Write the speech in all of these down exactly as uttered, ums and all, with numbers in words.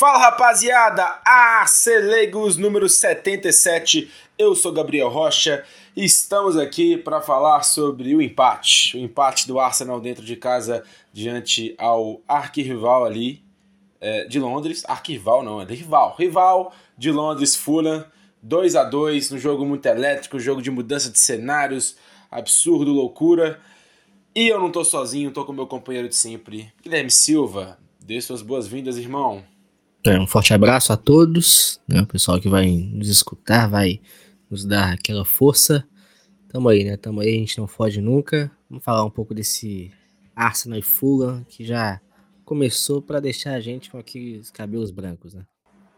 Fala, rapaziada, Arcelegos número setenta e sete, eu sou Gabriel Rocha e estamos aqui para falar sobre o empate, o empate do Arsenal dentro de casa diante ao arquirrival ali é, de Londres, arquirrival não, é rival, rival de Londres, Fulham, dois a dois, um jogo muito elétrico, um jogo de mudança de cenários, absurdo, loucura, e eu não tô sozinho, tô com meu companheiro de sempre, Guilherme Silva. Dê suas boas-vindas, irmão. Um forte abraço a todos, né? O pessoal que vai nos escutar, vai nos dar aquela força. Tamo aí, né? Tamo aí, a gente não foge nunca. Vamos falar um pouco desse Arsenal e Fulham, que já começou pra deixar a gente com aqueles cabelos brancos, né?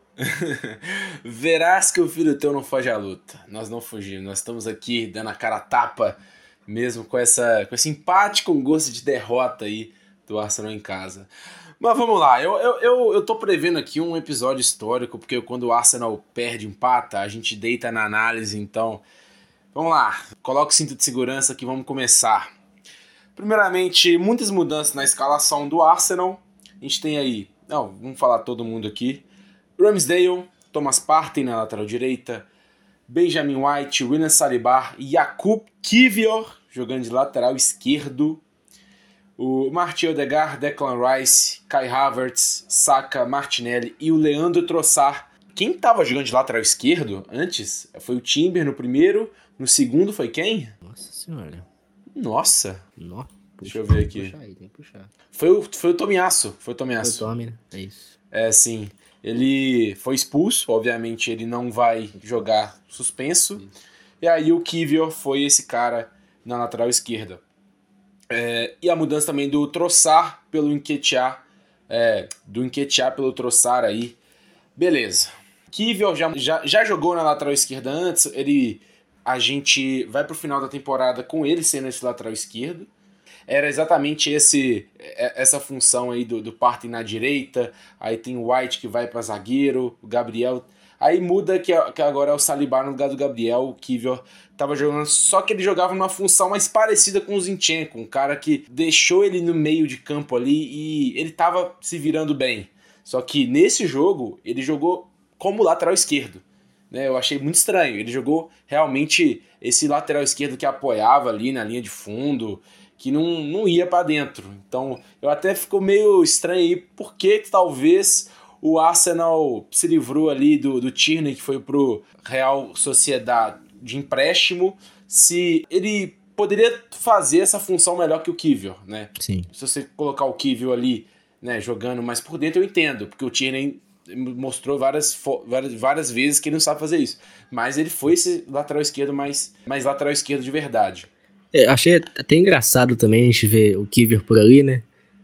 Verás que o filho teu não foge à luta. Nós não fugimos, nós estamos aqui dando a cara a tapa, mesmo com, essa, com esse empate com gosto de derrota aí do Arsenal em casa. Mas vamos lá, eu, eu, eu, eu tô prevendo aqui um episódio histórico, porque quando o Arsenal perde, empata, a gente deita na análise, então vamos lá, coloca o cinto de segurança que vamos começar. Primeiramente, muitas mudanças na escalação do Arsenal, a gente tem aí, não, vamos falar todo mundo aqui, Ramsdale, Thomas Partey na lateral direita, Benjamin White, William Saliba, Jakub Kiwior jogando de lateral esquerdo, o Martial Odegaard, Declan Rice, Kai Havertz, Saka, Martinelli e o Leandro Trossard. Quem estava jogando de lateral esquerdo antes foi o Timber no primeiro, no segundo foi quem? Nossa senhora. Nossa. No, Deixa eu ver aqui. Puxa aí, tem que puxar. Foi o, foi o Tomiasso. Foi o Tomiasso. Foi o Tommy, né? É isso. É, sim. Ele foi expulso, obviamente ele não vai jogar suspenso. Isso. E aí o Kiwior foi esse cara na lateral esquerda. É, e a mudança também do Trossard pelo Nketiah, é, do Nketiah pelo Trossard aí, beleza. Kiwior já, já, já jogou na lateral esquerda antes, ele, a gente vai pro final da temporada com ele sendo esse lateral esquerdo, era exatamente esse, essa função aí do, do Partey na direita, aí tem o White que vai para zagueiro, o Gabriel, aí muda que, que agora é o Saliba no lugar do Gabriel, o Kiwior tava jogando, só que ele jogava numa função mais parecida com o Zinchenko, um cara que deixou ele no meio de campo ali e ele tava se virando bem. Só que nesse jogo, ele jogou como lateral esquerdo, né? Eu achei muito estranho, ele jogou realmente esse lateral esquerdo que apoiava ali na linha de fundo, que não, não ia para dentro. Então, eu até ficou meio estranho aí, porque talvez o Arsenal se livrou ali do, do Tierney, que foi pro Real Sociedad de empréstimo, se ele poderia fazer essa função melhor que o Kiwior, né? Sim. Se você colocar o Kiwior ali, né, jogando mais por dentro, eu entendo, porque o Tierney mostrou várias, várias, várias vezes que ele não sabe fazer isso, mas ele foi esse lateral esquerdo mais, mais lateral esquerdo de verdade. É, achei até engraçado também a gente ver o Kiwior por ali, né?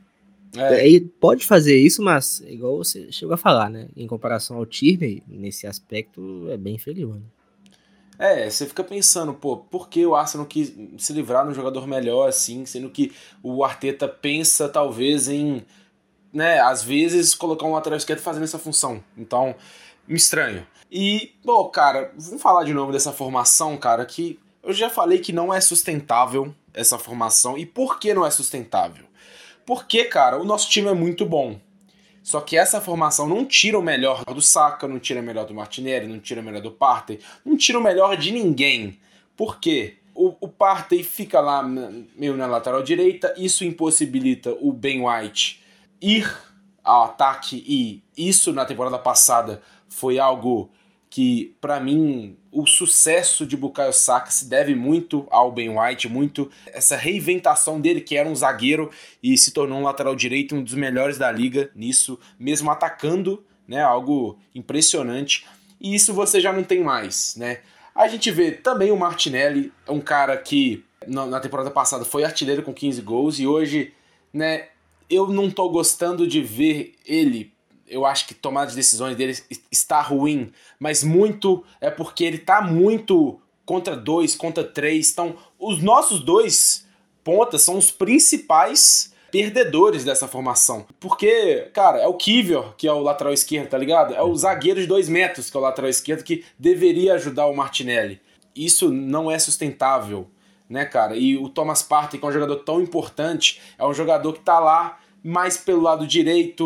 É. Ele pode fazer isso, mas igual você chegou a falar, né? Em comparação ao Tierney, nesse aspecto é bem inferior, né? É, você fica pensando, pô, por que o Arsenal quis se livrar de um jogador melhor assim, sendo que o Arteta pensa talvez em, né, às vezes colocar um lateral esquerdo fazendo essa função. Então, estranho. E, bom, cara, vamos falar de novo dessa formação, cara, que eu já falei que não é sustentável essa formação. E por que não é sustentável? Porque, cara, o nosso time é muito bom. Só que essa formação não tira o melhor do Saka, não tira o melhor do Martinelli, não tira o melhor do Partey, não tira o melhor de ninguém. Por quê? O, o Partey fica lá meio na lateral direita, isso impossibilita o Ben White ir ao ataque, e isso na temporada passada foi algo que, pra mim, o sucesso de Bukayo Saka se deve muito ao Ben White, muito essa reinventação dele, que era um zagueiro e se tornou um lateral direito, um dos melhores da liga nisso, mesmo atacando, né, algo impressionante, e isso você já não tem mais, né. A gente vê também o Martinelli, um cara que na temporada passada foi artilheiro com quinze gols, e hoje, né, eu não tô gostando de ver ele. Eu acho que tomada de decisões dele está ruim, mas muito é porque ele está muito contra dois, contra três. Então, os nossos dois pontas são os principais perdedores dessa formação. Porque, cara, é o Kiwior, que é o lateral esquerdo, tá ligado? É o zagueiro de dois metros, que é o lateral esquerdo, que deveria ajudar o Martinelli. Isso não é sustentável, né, cara? E o Thomas Partey, que é um jogador tão importante, é um jogador que tá lá mais pelo lado direito,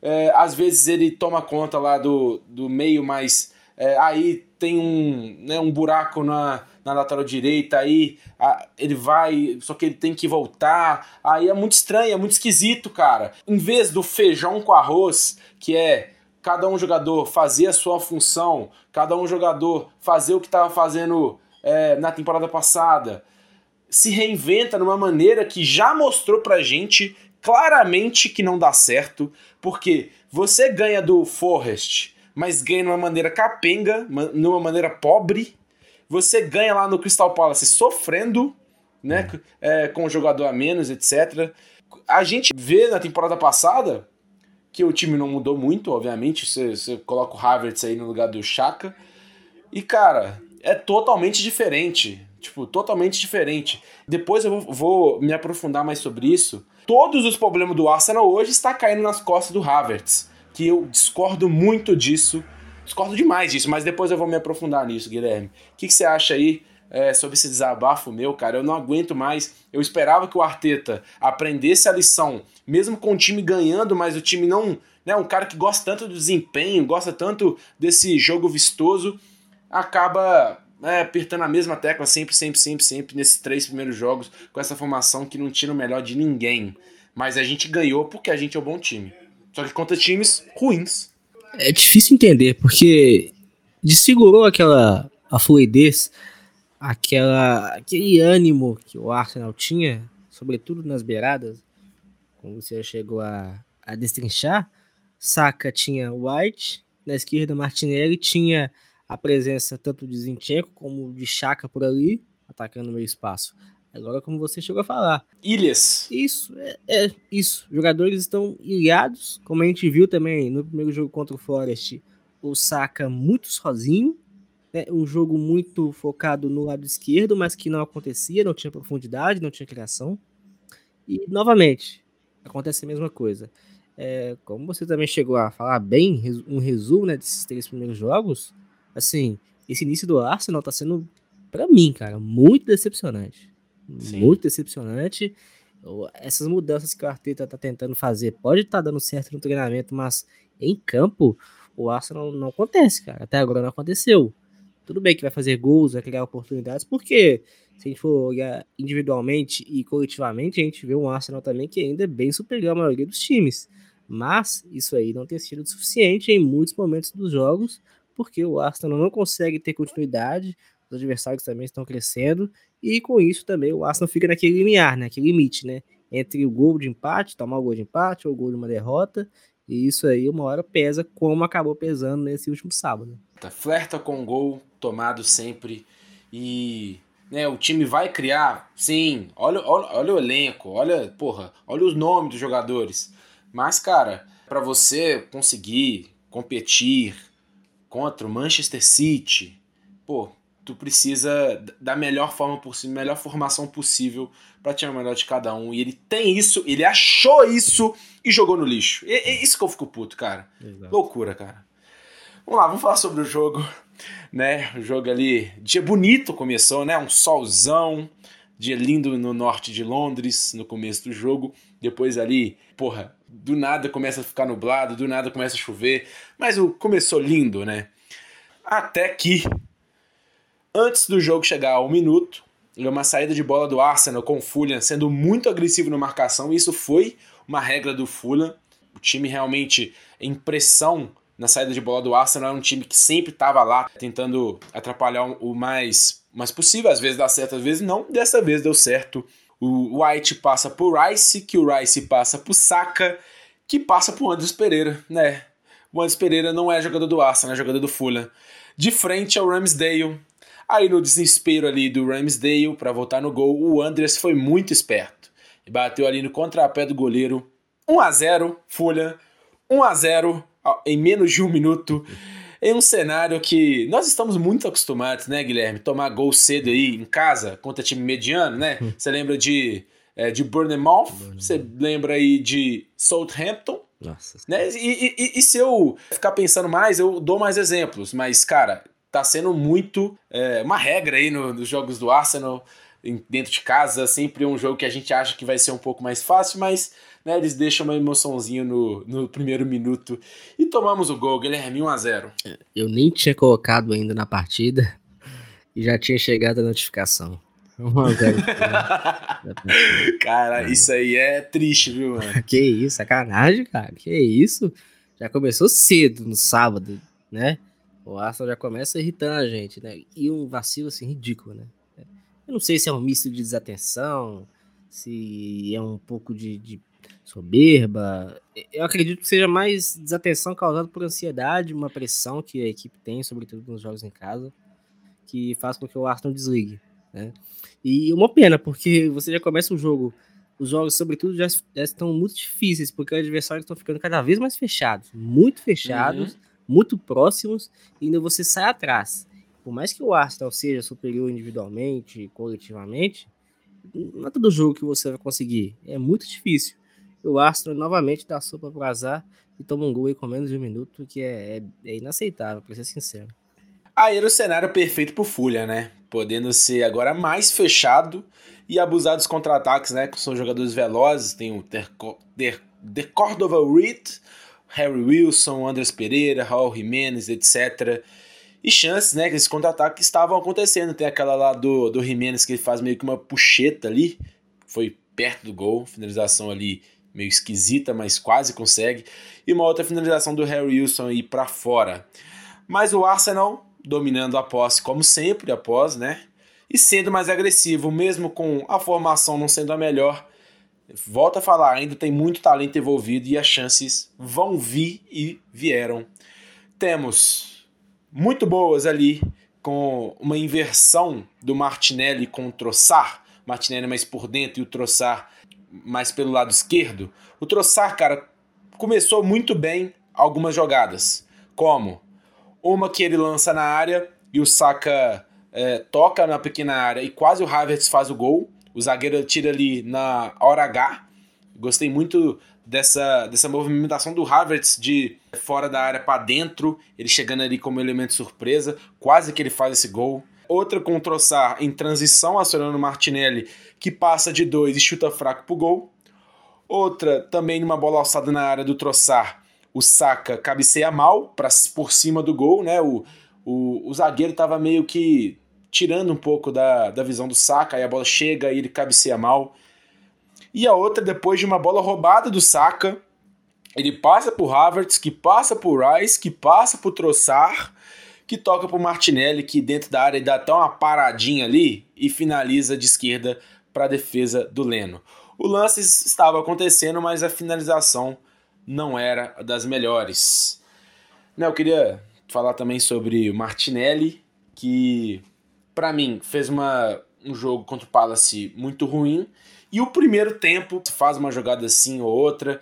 é, às vezes ele toma conta lá do, do meio, mas é, aí tem um, né, um buraco na, na lateral direita, aí a, ele vai, só que ele tem que voltar, aí é muito estranho, é muito esquisito, cara. Em vez do feijão com arroz, que é cada um jogador fazer a sua função, cada um jogador fazer o que estava fazendo é, na temporada passada, se reinventa numa maneira que já mostrou pra gente claramente que não dá certo, porque você ganha do Forest, mas ganha de uma maneira capenga, numa maneira pobre. Você ganha lá no Crystal Palace sofrendo, né, é, com o jogador a menos, etcétera. A gente vê na temporada passada que o time não mudou muito, obviamente. Você, você coloca o Havertz aí no lugar do Xhaka. E, cara, é totalmente diferente. Tipo, totalmente diferente. Depois eu vou, vou me aprofundar mais sobre isso. Todos os problemas do Arsenal hoje estão caindo nas costas do Havertz, que eu discordo muito disso. Discordo demais disso, mas depois eu vou me aprofundar nisso, Guilherme. O que, que você acha aí é, sobre esse desabafo meu, cara? Eu não aguento mais. Eu esperava que o Arteta aprendesse a lição, mesmo com o time ganhando, mas o time não... Né, um cara que gosta tanto do desempenho, gosta tanto desse jogo vistoso, acaba... É, apertando a mesma tecla sempre, sempre, sempre, sempre nesses três primeiros jogos, com essa formação que não tira o melhor de ninguém. Mas a gente ganhou porque a gente é um bom time. Só que contra times ruins. É difícil entender, porque desfigurou aquela a fluidez, aquela, aquele ânimo que o Arsenal tinha, sobretudo nas beiradas, como você chegou a, a destrinchar. Saka tinha White, na esquerda Martinelli, tinha a presença tanto de Zinchenko como de Xhaka por ali, atacando o meio espaço. Agora, como você chegou a falar. Ilhas. Isso, é, é isso. Os jogadores estão ilhados, como a gente viu também no primeiro jogo contra o Forest, o Saka muito sozinho, né, um jogo muito focado no lado esquerdo, mas que não acontecia, não tinha profundidade, não tinha criação. E, novamente, acontece a mesma coisa. É, como você também chegou a falar bem, um resumo, né, desses três primeiros jogos, assim, esse início do Arsenal tá sendo, pra mim, cara, muito decepcionante. Sim. Muito decepcionante. Essas mudanças que o Arteta tá tentando fazer, pode estar tá dando certo no treinamento, mas em campo, o Arsenal não acontece, cara. Até agora não aconteceu. Tudo bem que vai fazer gols, vai criar oportunidades, porque se a gente for olhar individualmente e coletivamente, a gente vê um Arsenal também que ainda é bem superior à maioria dos times. Mas isso aí não tem sido suficiente em muitos momentos dos jogos, porque o Arsenal não consegue ter continuidade, os adversários também estão crescendo, e com isso também o Arsenal fica naquele limiar, né, aquele limite, né, entre o gol de empate, tomar o gol de empate ou o gol de uma derrota, e isso aí uma hora pesa, como acabou pesando nesse último sábado. Flerta com gol tomado sempre, e né, o time vai criar, sim, olha, olha, olha o elenco, olha, porra, olha os nomes dos jogadores, mas cara, para você conseguir competir contra o Manchester City, pô, tu precisa da melhor forma possível, melhor formação possível para tirar o melhor de cada um. E ele tem isso, ele achou isso e jogou no lixo. E, é isso que eu fico puto, cara. Exato. Loucura, cara. Vamos lá, vamos falar sobre o jogo, né? O jogo ali, dia bonito começou, né? Um solzão, dia lindo no norte de Londres, no começo do jogo. Depois ali, porra, do nada começa a ficar nublado, do nada começa a chover, mas o começou lindo, né? Até que, antes do jogo chegar ao minuto, uma saída de bola do Arsenal com o Fulham sendo muito agressivo na marcação, e isso foi uma regra do Fulham. O time realmente, em pressão na saída de bola do Arsenal, é um time que sempre estava lá, tentando atrapalhar o mais, mais possível, às vezes dá certo, às vezes não, dessa vez deu certo. O White passa pro Rice, que o Rice passa pro Saka, que passa pro Andreas Pereira, né? O Andreas Pereira não é jogador do Arsenal, é jogador do Fulham. De frente ao Ramsdale. Aí no desespero ali do Ramsdale para voltar no gol, o Andreas foi muito esperto. E bateu ali no contrapé do goleiro. um a zero, Fulham. um a zero em menos de um minuto. Em um cenário que nós estamos muito acostumados, né, Guilherme? Tomar gol cedo aí em casa contra time mediano, né? Você lembra de, é, de Bournemouth, você lembra aí de Southampton. Nossa. Né? E, e, e se eu ficar pensando mais, eu dou mais exemplos. Mas, cara, tá sendo muito é, uma regra aí no, nos jogos do Arsenal. dentro de casa, sempre um jogo que a gente acha que vai ser um pouco mais fácil, mas né, eles deixam uma emoçãozinha no, no primeiro minuto e tomamos o gol, Guilherme, um a zero. Eu nem tinha colocado ainda na partida e já tinha chegado a notificação. um a zero. Cara, é. Isso aí é triste, viu, mano? Que isso, sacanagem, cara. Que isso? Já começou cedo no sábado, né? O Arsenal já começa irritando a gente, né? E um vacilo assim ridículo, né? Eu não sei se é um misto de desatenção, se é um pouco de, de soberba. Eu acredito que seja mais desatenção causada por ansiedade, uma pressão que a equipe tem, sobretudo nos jogos em casa, que faz com que o Arsenal desligue, né? E uma pena, porque você já começa o jogo, os jogos, sobretudo, já, já estão muito difíceis, porque os adversários estão ficando cada vez mais fechados, muito fechados, uhum. muito próximos, e ainda você sai atrás. Por mais que o Arsenal seja superior individualmente, coletivamente, não é todo jogo que você vai conseguir. É muito difícil. O Arsenal novamente dá sopa pro azar e toma um gol aí com menos de um minuto, que é, é, é inaceitável, pra ser sincero. Aí era o cenário perfeito pro Fulham, né? Podendo ser agora mais fechado e abusar dos contra-ataques, né? Que são jogadores velozes, tem o De Cordova Reed, Harry Wilson, Andrés Pereira, Raul Jimenez, etcétera. E chances, né, que esses contra-ataques estavam acontecendo. Tem aquela lá do, do Jimenez que ele faz meio que uma puxeta ali, foi perto do gol, finalização ali meio esquisita, mas quase consegue. E uma outra finalização do Harry Wilson aí pra fora. Mas o Arsenal dominando a posse como sempre, após, né, e sendo mais agressivo, mesmo com a formação não sendo a melhor. Volto a falar, ainda tem muito talento envolvido e as chances vão vir e vieram. Temos muito boas ali, com uma inversão do Martinelli com o Trossard. Martinelli mais por dentro e o Trossard mais pelo lado esquerdo. O Trossard, cara, começou muito bem algumas jogadas. Como? Uma que ele lança na área e o Saka é, toca na pequena área e quase o Havertz faz o gol. O zagueiro tira ali na hora H. Gostei muito dessa, dessa movimentação do Havertz de fora da área para dentro, ele chegando ali como elemento surpresa, quase que ele faz esse gol. Outra com o Trossard em transição, acionando o Martinelli, que passa de dois e chuta fraco pro gol. Outra também numa bola alçada na área do Trossard, o Saka cabeceia mal pra, por cima do gol, né? O, o, o zagueiro estava meio que tirando um pouco da, da visão do Saka, aí a bola chega e ele cabeceia mal. E a outra, depois de uma bola roubada do Saka, ele passa pro Havertz, que passa pro Rice, que passa pro Trossard, que toca pro Martinelli, que dentro da área dá até uma paradinha ali e finaliza de esquerda para a defesa do Leno. O lance estava acontecendo, mas a finalização não era das melhores. Eu queria falar também sobre o Martinelli, que para mim fez uma, um jogo contra o Palace muito ruim. E o primeiro tempo faz uma jogada assim ou outra,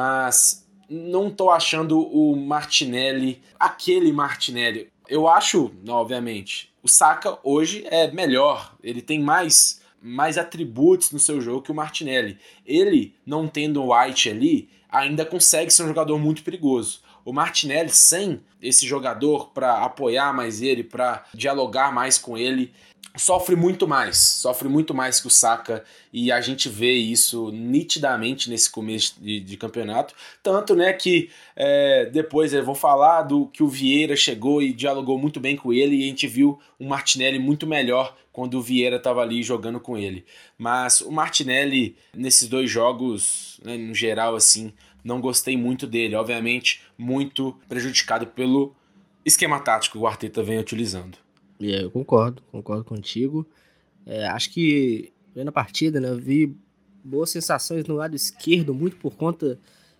mas não tô achando o Martinelli, aquele Martinelli. Eu acho, obviamente, o Saka hoje é melhor, ele tem mais, mais atributos no seu jogo que o Martinelli. Ele, não tendo o White ali, ainda consegue ser um jogador muito perigoso. O Martinelli, sem esse jogador para apoiar mais ele, para dialogar mais com ele, sofre muito mais, sofre muito mais que o Saka, e a gente vê isso nitidamente nesse começo de, de campeonato, tanto, né, que é, depois eu vou falar do que o Vieira chegou e dialogou muito bem com ele, e a gente viu o Martinelli muito melhor quando o Vieira estava ali jogando com ele. Mas o Martinelli, nesses dois jogos, né, no geral, assim, não gostei muito dele, obviamente muito prejudicado pelo esquema tático que o Arteta vem utilizando. É, eu concordo, concordo contigo. É, acho que vendo a partida, né, eu vi boas sensações no lado esquerdo, muito por conta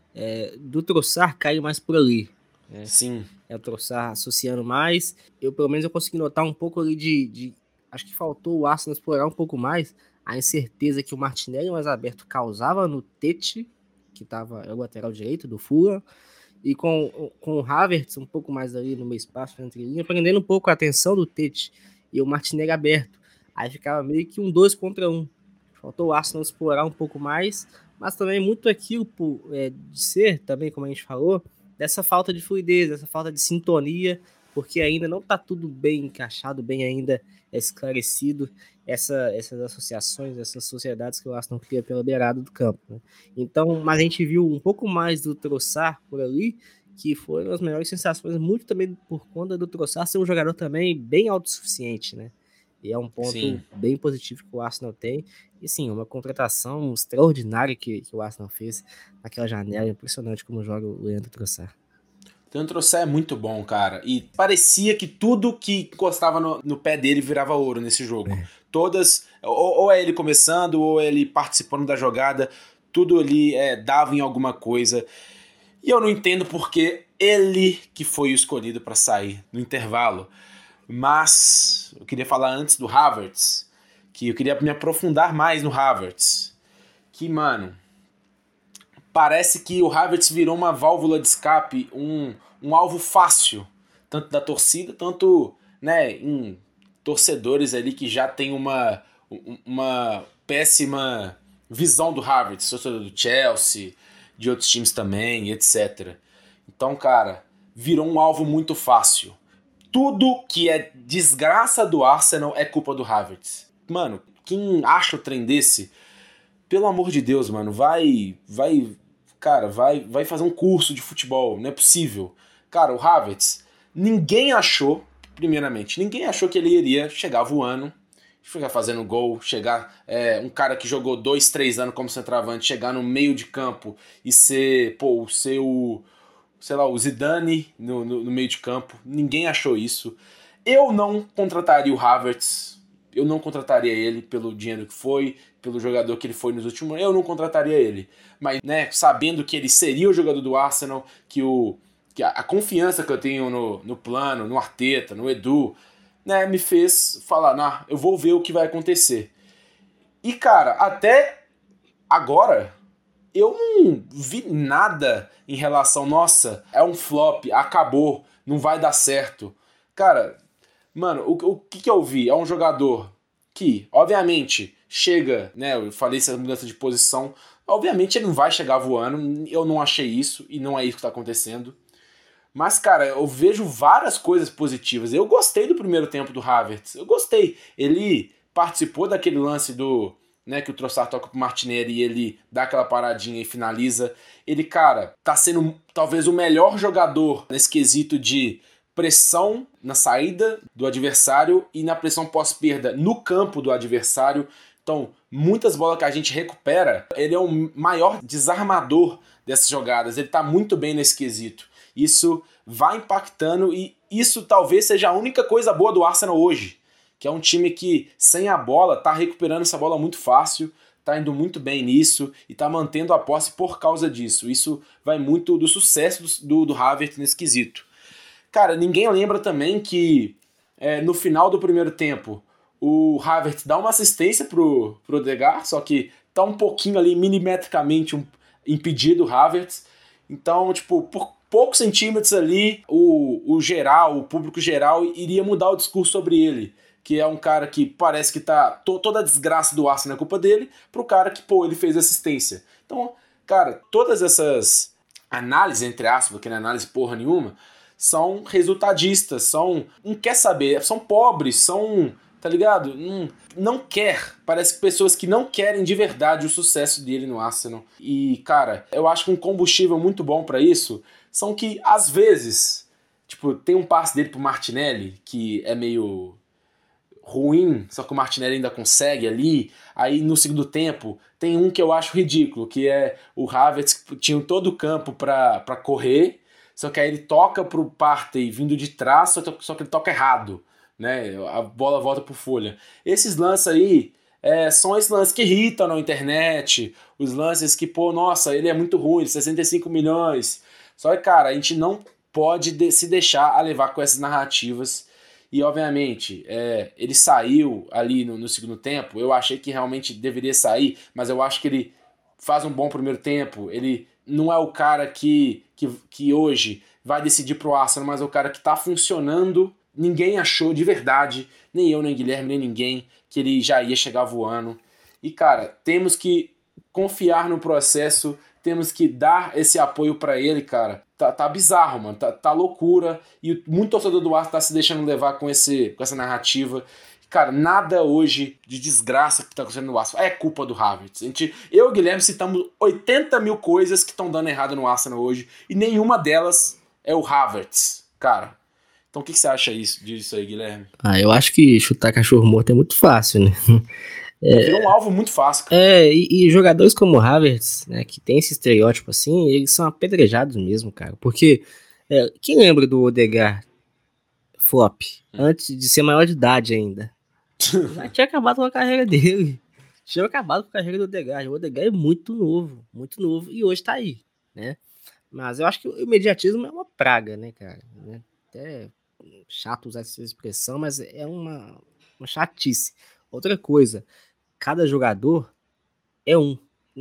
é, do Trossard cair mais por ali. Né? Sim. É o Trossard associando mais. Eu, pelo menos, eu consegui notar um pouco ali de... de acho que faltou o Arsenal explorar um pouco mais a incerteza que o Martinelli mais aberto causava no Tete, que estava é o lateral direito do Fulham, e com, com o Havertz um pouco mais ali no meio espaço, entre linhas, prendendo um pouco a atenção do Tete e o Martinelli aberto. Aí ficava meio que um dois contra um. Faltou o Arsenal explorar um pouco mais, mas também muito aquilo por, é, de ser, também como a gente falou, dessa falta de fluidez, dessa falta de sintonia porque ainda não está tudo bem encaixado, bem ainda esclarecido, essa, essas associações, essas sociedades que o Arsenal cria pela beirada do campo. Né? Então, mas a gente viu um pouco mais do Trossard por ali, que foram as melhores sensações, muito também por conta do Trossard ser um jogador também bem autossuficiente, né? E é um ponto Sim. bem positivo que o Arsenal tem. E sim, uma contratação extraordinária que, que o Arsenal fez naquela janela. Impressionante como joga o Leandro Trossard. O Leandro Trossard é muito bom, cara. E parecia que tudo que encostava no, no pé dele virava ouro nesse jogo. É. Todas, ou, ou é ele começando, ou é ele participando da jogada, tudo ali é, dava em alguma coisa. E eu não entendo porque ele que foi o escolhido para sair no intervalo. Mas eu queria falar antes do Havertz, que eu queria me aprofundar mais no Havertz. Que, mano, parece que o Havertz virou uma válvula de escape, um, um alvo fácil, tanto da torcida, tanto, né, em torcedores ali que já tem uma, uma péssima visão do Havertz, torcedor do Chelsea, de outros times também, etcétera. Então, cara, virou um alvo muito fácil. Tudo que é desgraça do Arsenal é culpa do Havertz. Mano, quem acha o trem desse, pelo amor de Deus, mano, vai, vai, cara, vai, vai fazer um curso de futebol, não é possível. Cara, o Havertz, ninguém achou, primeiramente, ninguém achou que ele iria chegar voando, ficar fazendo gol, chegar, é, um cara que jogou dois, três anos como centroavante, chegar no meio de campo e ser, pô, ser o... sei lá, o Zidane no, no, no meio de campo. Ninguém achou isso. Eu não contrataria o Havertz. Eu não contrataria ele pelo dinheiro que foi, pelo jogador que ele foi nos últimos anos. Eu não contrataria ele. Mas, né, sabendo que ele seria o jogador do Arsenal, que, o, que a, a confiança que eu tenho no, no Plano, no Arteta, no Edu, né, me fez falar, nah, eu vou ver o que vai acontecer. E, cara, até agora... eu não vi nada em relação, nossa, é um flop, acabou, não vai dar certo. Cara, mano, o, o que, que eu vi? É um jogador que, obviamente, chega, né, eu falei essa mudança de posição, obviamente ele não vai chegar voando, eu não achei isso, e não é isso que tá acontecendo. Mas, cara, eu vejo várias coisas positivas. Eu gostei do primeiro tempo do Havertz, eu gostei. Ele participou daquele lance do... né, que o Trossard toca pro Martinelli e ele dá aquela paradinha e finaliza. Ele, cara, tá sendo talvez o melhor jogador nesse quesito de pressão na saída do adversário e na pressão pós-perda no campo do adversário. Então, muitas bolas que a gente recupera, ele é o maior desarmador dessas jogadas. Ele tá muito bem nesse quesito. Isso vai impactando e isso talvez seja a única coisa boa do Arsenal hoje. Que é um time que, sem a bola, tá recuperando essa bola muito fácil, tá indo muito bem nisso e tá mantendo a posse por causa disso. Isso vai muito do sucesso do, do Havertz nesse quesito. Cara, ninguém lembra também que é, no final do primeiro tempo o Havertz dá uma assistência pro, pro Odegaard, só que tá um pouquinho ali, milimetricamente, um, impedido o Havertz. Então, tipo, por poucos centímetros ali, o, o geral, o público geral iria mudar o discurso sobre ele. Que é um cara que parece que tá... To, toda a desgraça do Arsenal é culpa dele, pro cara que, pô, ele fez assistência. Então, cara, todas essas análises, entre aspas, que não é análise porra nenhuma, são resultadistas, são... não quer saber, são pobres, são... tá ligado? Não, não quer. Parece que pessoas que não querem de verdade o sucesso dele no Arsenal. E, cara, eu acho que um combustível muito bom pra isso são que, às vezes, tipo, tem um passe dele pro Martinelli que é meio... ruim, só que o Martinelli ainda consegue ali. Aí no segundo tempo tem um que eu acho ridículo, que é o Havertz, que tinha todo o campo pra, pra correr, só que aí ele toca pro Partey vindo de trás, só que, só que ele toca errado, né? A bola volta pro Folha. Esses lances aí é, são esses lances que irritam na internet, os lances que, pô, nossa, ele é muito ruim, sessenta e cinco milhões. Só que, cara, a gente não pode de- se deixar a levar com essas narrativas. E, obviamente, é, ele saiu ali no, no segundo tempo. Eu achei que realmente deveria sair, mas eu acho que ele faz um bom primeiro tempo. Ele não é o cara que, que, que hoje vai decidir pro Arsenal, mas é o cara que tá funcionando. Ninguém achou de verdade, nem eu, nem Guilherme, nem ninguém, que ele já ia chegar voando. E, cara, temos que confiar no processo, temos que dar esse apoio para ele, cara. tá, tá bizarro, mano. Tá, tá loucura. E muito torcedor do Arsenal tá se deixando levar com, esse, com essa narrativa. Cara, nada hoje de desgraça que tá acontecendo no Arsenal é culpa do Havertz. A gente, eu e o Guilherme citamos oitenta mil coisas que estão dando errado no Arsenal hoje. E nenhuma delas é o Havertz, cara. Então o que, que você acha isso, disso aí, Guilherme? Ah, eu acho que chutar cachorro morto é muito fácil, né? É, virou um alvo muito fácil, cara. É, e, e jogadores como o Havertz, né, que tem esse estereótipo assim, eles são apedrejados mesmo, cara. Porque, é, quem lembra do Odegaard flop, hum. antes de ser maior de idade ainda? Já tinha acabado com a carreira dele. Tinha acabado com a carreira do Odegaard. O Odegaard é muito novo, muito novo, e hoje tá aí, né? Mas eu acho que o imediatismo é uma praga, né, cara? Até chato usar essa expressão, mas é uma, uma chatice. Outra coisa, cada jogador é um.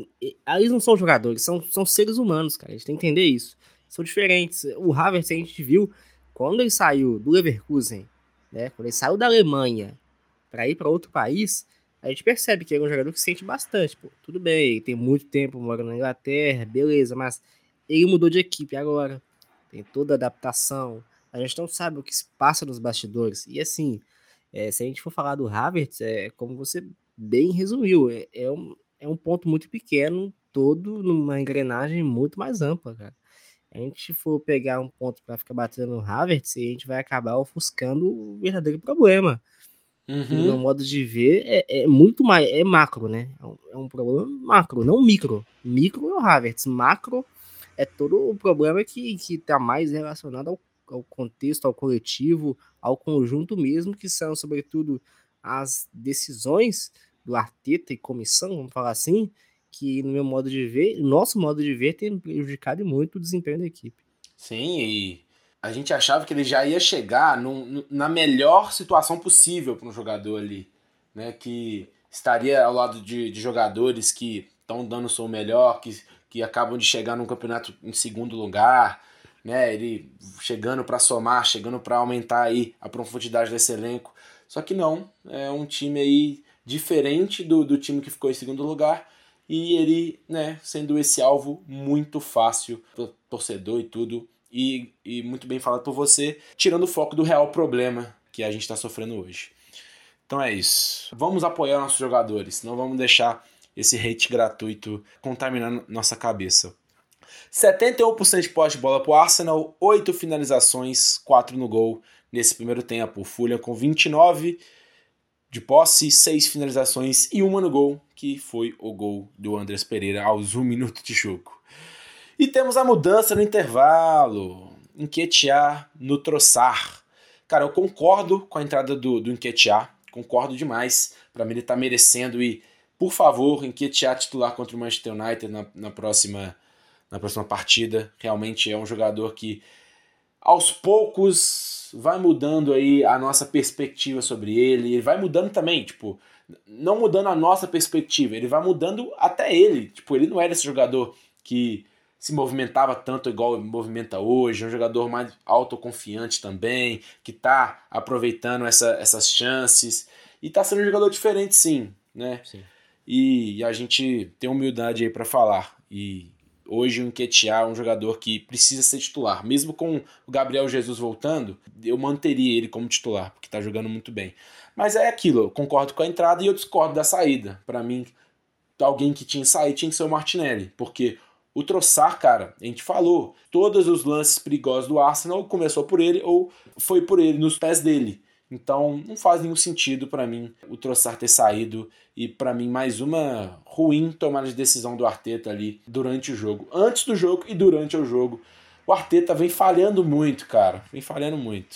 Eles não são jogadores, são, são seres humanos, cara. A gente tem que entender isso. São diferentes. O Havertz, a gente viu, quando ele saiu do Leverkusen, né, quando ele saiu da Alemanha para ir para outro país, a gente percebe que ele é um jogador que sente bastante. Pô, tudo bem, ele tem muito tempo morando na Inglaterra, beleza, mas ele mudou de equipe agora. Tem toda a adaptação. A gente não sabe o que se passa nos bastidores. E assim, é, se a gente for falar do Havertz, é como você bem resumiu, é, é, um, é um ponto muito pequeno, todo numa engrenagem muito mais ampla, cara. A gente for pegar um ponto para ficar batendo no Havertz, a gente vai acabar ofuscando o verdadeiro problema. Uhum. No meu modo de ver, é, é muito mais, é macro, né? É um, é um problema macro, não micro. Micro é o Havertz, macro é todo o problema que, que tá mais relacionado ao, ao contexto, ao coletivo, ao conjunto mesmo, que são, sobretudo, as decisões do Arteta e comissão, vamos falar assim, que no meu modo de ver, nosso modo de ver, tem prejudicado muito o desempenho da equipe. Sim, e a gente achava que ele já ia chegar num, na melhor situação possível para um jogador ali, né? Que estaria ao lado de, de jogadores que estão dando o seu melhor, que, que acabam de chegar num campeonato em segundo lugar, né? Ele chegando para somar, chegando para aumentar aí a profundidade desse elenco. Só que não, é um time aí diferente do, do time que ficou em segundo lugar, e ele, né, sendo esse alvo muito fácil pro torcedor e tudo, e, e muito bem falado por você, tirando o foco do real problema que a gente está sofrendo hoje. Então é isso. Vamos apoiar nossos jogadores, não vamos deixar esse hate gratuito contaminar nossa cabeça. setenta e um por cento de posse de bola pro Arsenal, oito finalizações, quatro no gol nesse primeiro tempo. O Fulham com vinte e nove de posse, seis finalizações e uma no gol, que foi o gol do Andrés Pereira aos um minuto de jogo. E temos a mudança no intervalo. Nketiah no Trossard. Cara, eu concordo com a entrada do, do Nketiah, concordo demais. Para mim ele tá merecendo e, por favor, Nketiah titular contra o Manchester United na, na, próxima, na próxima partida. Realmente é um jogador que, aos poucos, vai mudando aí a nossa perspectiva sobre ele. Ele vai mudando também, tipo, não mudando a nossa perspectiva, ele vai mudando até ele. Tipo, ele não era esse jogador que se movimentava tanto igual ele movimenta hoje, é um jogador mais autoconfiante também, que tá aproveitando essa, essas chances, e tá sendo um jogador diferente sim, né? Sim. E, e a gente tem humildade aí para falar, e hoje o Nketiah é um jogador que precisa ser titular, mesmo com o Gabriel Jesus voltando, eu manteria ele como titular, porque tá jogando muito bem. Mas é aquilo, eu concordo com a entrada e eu discordo da saída. Para mim, alguém que tinha que sair tinha que ser o Martinelli, porque o Trossard, cara, a gente falou, todos os lances perigosos do Arsenal começou por ele ou foi por ele, nos pés dele. Então não faz nenhum sentido para mim o Trossard ter saído e para mim mais uma ruim tomada de decisão do Arteta ali durante o jogo. Antes do jogo e durante o jogo. O Arteta vem falhando muito, cara. Vem falhando muito.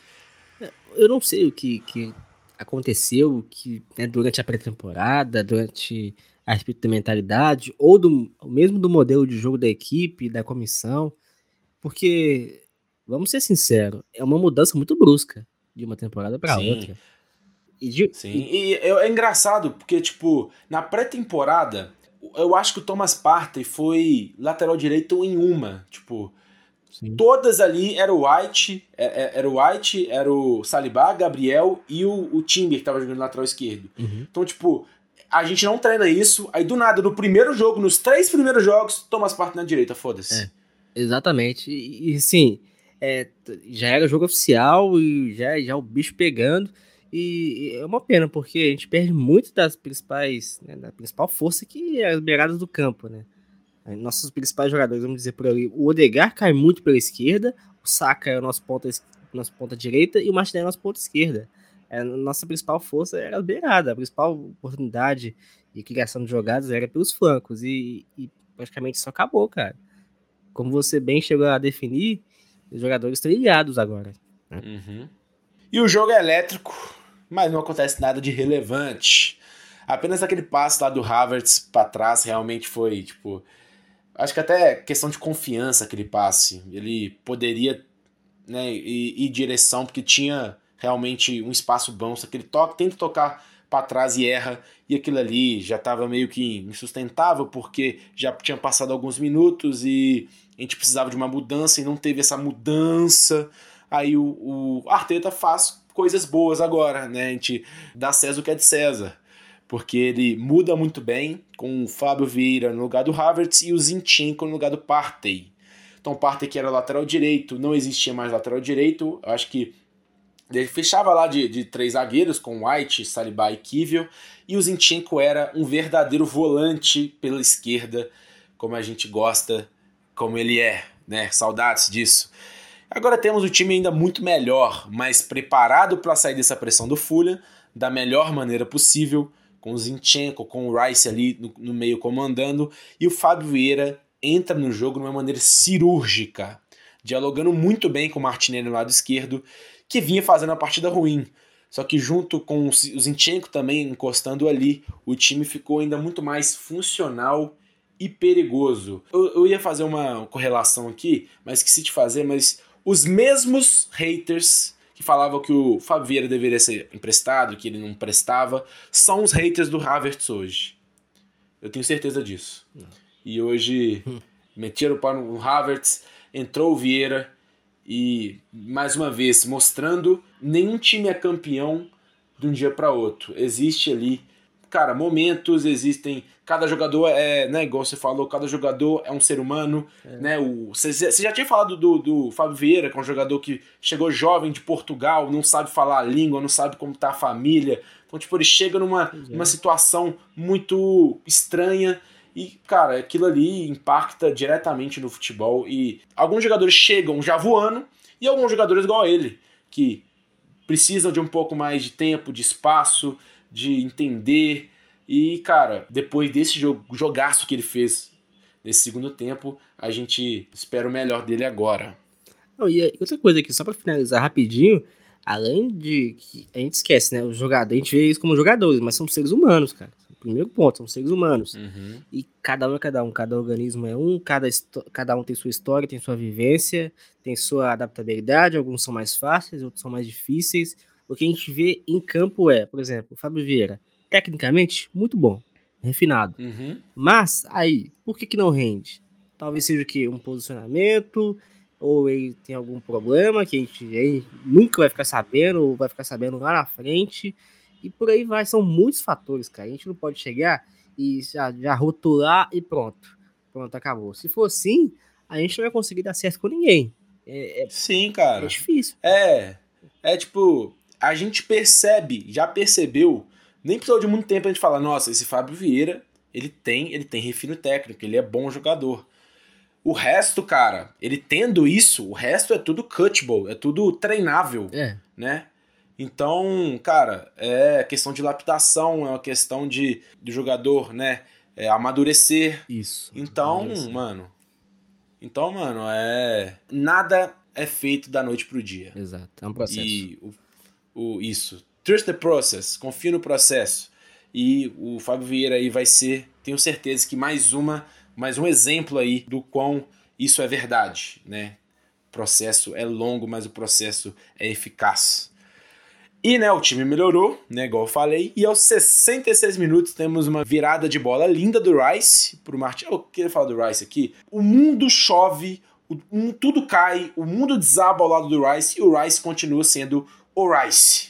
Eu não sei o que, que aconteceu que, né, durante a pré-temporada, durante a respeito da mentalidade, ou do, mesmo do modelo de jogo da equipe, da comissão, porque, vamos ser sinceros, é uma mudança muito brusca de uma temporada para outra. E de, Sim, e... e é engraçado, porque, tipo, na pré-temporada, eu acho que o Thomas Partey foi lateral direito em uma, tipo, Sim. todas ali era o White, era o White, era o Saliba, Gabriel e o, o Timber que tava jogando lateral esquerdo. Uhum. Então, tipo, a gente não treina isso, aí do nada, no primeiro jogo, nos três primeiros jogos, Thomas Partey na direita, foda-se. É. Exatamente. E, e sim, é, já era jogo oficial e já, já o bicho pegando. E, e é uma pena, porque a gente perde muito das principais, né, da principal força que é as beiradas do campo, né? Nossos principais jogadores, vamos dizer por ali, o Odegaard cai muito pela esquerda, o Saka é o nosso ponta, nosso ponta direita e o Martinelli é o nosso ponta esquerda. É, nossa principal força era a beirada, a principal oportunidade de criação de jogadas era pelos flancos e, e praticamente isso acabou, cara. Como você bem chegou a definir, os jogadores estão ilhados agora. Né? Uhum. E o jogo é elétrico, mas não acontece nada de relevante. Apenas aquele passe lá do Havertz pra trás realmente foi, tipo... Acho que até questão de confiança aquele passe. Ele poderia, né, ir, ir direção, porque tinha realmente um espaço bom. Só que ele toca, tenta tocar pra trás e erra. E aquilo ali já estava meio que insustentável, porque já tinha passado alguns minutos e a gente precisava de uma mudança e não teve essa mudança. Aí o, o Arteta faz coisas boas agora, né? A gente dá César o que é de César. Porque ele muda muito bem com o Fábio Vieira no lugar do Havertz e o Zinchenko no lugar do Partey. Então o Partey, que era lateral direito, não existia mais lateral direito. Eu acho que ele fechava lá de, de três zagueiros com White, Saliba e Kiwior. E o Zinchenko era um verdadeiro volante pela esquerda, como a gente gosta, como ele é, né? Saudades disso. Agora temos o time ainda muito melhor, mais preparado para sair dessa pressão do Fulham da melhor maneira possível, com o Zinchenko, com o Rice ali no, no meio comandando, e o Fábio Vieira entra no jogo de uma maneira cirúrgica, dialogando muito bem com o Martinelli no lado esquerdo, que vinha fazendo a partida ruim. Só que junto com o Zinchenko também encostando ali, o time ficou ainda muito mais funcional e perigoso. Eu, eu ia fazer uma correlação aqui, mas esqueci de fazer, mas os mesmos haters que falavam que o Fábio Vieira deveria ser emprestado, que ele não prestava, são os haters do Havertz hoje. Eu tenho certeza disso. Não. E hoje meteram o pau no Havertz, entrou o Vieira e, mais uma vez, mostrando nenhum time é campeão de um dia para outro. Existe ali, cara, momentos, existem... Cada jogador é, né, igual você falou, cada jogador é um ser humano, é. Né? O, você, você já tinha falado do, do Fábio Vieira, que é um jogador que chegou jovem de Portugal, não sabe falar a língua, não sabe como tá a família. Então, tipo, ele chega numa, é. numa situação muito estranha e, cara, aquilo ali impacta diretamente no futebol. E alguns jogadores chegam já voando e alguns jogadores igual a ele, que precisam de um pouco mais de tempo, de espaço, de entender... E, cara, depois desse jogo, jogaço que ele fez nesse segundo tempo, a gente espera o melhor dele agora. Não, e outra coisa aqui, só pra finalizar rapidinho, além de que a gente esquece, né? Os jogadores, a gente vê eles como jogadores, mas são seres humanos, cara. Primeiro ponto, são seres humanos. Uhum. E cada um é cada um, cada organismo é um, cada, cada um tem sua história, tem sua vivência, tem sua adaptabilidade, alguns são mais fáceis, outros são mais difíceis. O que a gente vê em campo é, por exemplo, o Fábio Vieira, tecnicamente, muito bom, refinado. Uhum. Mas, aí, por que que não rende? Talvez seja o quê? Um posicionamento, ou ele tem algum problema que a gente, a gente nunca vai ficar sabendo, ou vai ficar sabendo lá na frente, e por aí vai. São muitos fatores, cara. A gente não pode chegar e já, já rotular e pronto. Pronto, acabou. Se for assim, a gente não vai conseguir dar certo com ninguém. É, é, Sim, cara. É difícil. É, é tipo, a gente percebe, já percebeu, nem precisou de muito tempo a gente falar, nossa, esse Fábio Vieira, ele tem, ele tem refino técnico, ele é bom jogador. O resto, cara, ele tendo isso, o resto é tudo cutable, é tudo treinável, é. né? Então, cara, é questão de lapidação, é uma questão de do jogador, né, é, amadurecer. Isso. Então, amadurecer. mano, então, mano, é nada é feito da noite pro dia. Exato, é um processo. E o, o isso, trust the process, confia no processo. E o Fábio Vieira aí vai ser, tenho certeza que mais uma, mais um exemplo aí do quão isso é verdade, né? O processo é longo, mas o processo é eficaz. E, né, o time melhorou, né, igual eu falei, e aos sessenta e seis minutos temos uma virada de bola linda do Rice pro Martinelli. Eu queria falar do Rice aqui. O mundo chove, o, um, tudo cai, o mundo desaba ao lado do Rice e o Rice continua sendo o Rice.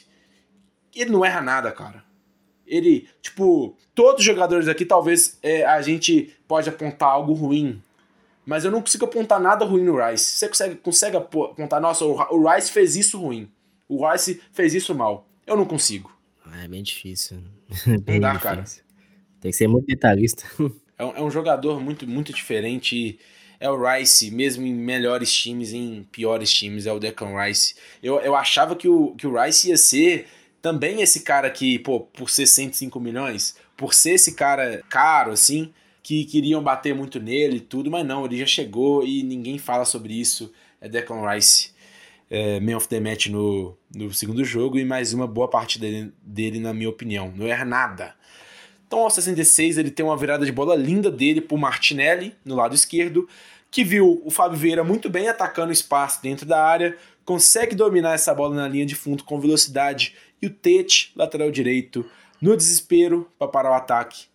Ele não erra nada, cara. Ele, tipo, todos os jogadores aqui, talvez é, a gente pode apontar algo ruim, mas eu não consigo apontar nada ruim no Rice. Você consegue, consegue apontar, nossa, o Rice fez isso ruim, o Rice fez isso mal. Eu não consigo. Ah, é bem difícil. Bem não dá, difícil. cara. Tem que ser muito detalhista. É um, é um jogador muito, muito diferente. É o Rice, mesmo em melhores times, em piores times, é o Declan Rice. Eu, eu achava que o, que o Rice ia ser também esse cara que, pô, por ser cento e cinco milhões, por ser esse cara caro, assim, que queriam bater muito nele e tudo, mas não, ele já chegou e ninguém fala sobre isso. É Declan Rice, é, Man of the Match no, no segundo jogo, e mais uma boa partida dele, dele, na minha opinião. Não erra nada. Então, aos sessenta e seis, ele tem uma virada de bola linda dele pro Martinelli, no lado esquerdo, que viu o Fábio Vieira muito bem atacando o espaço dentro da área, consegue dominar essa bola na linha de fundo com velocidade, e o Tete, lateral direito, no desespero para parar o ataque,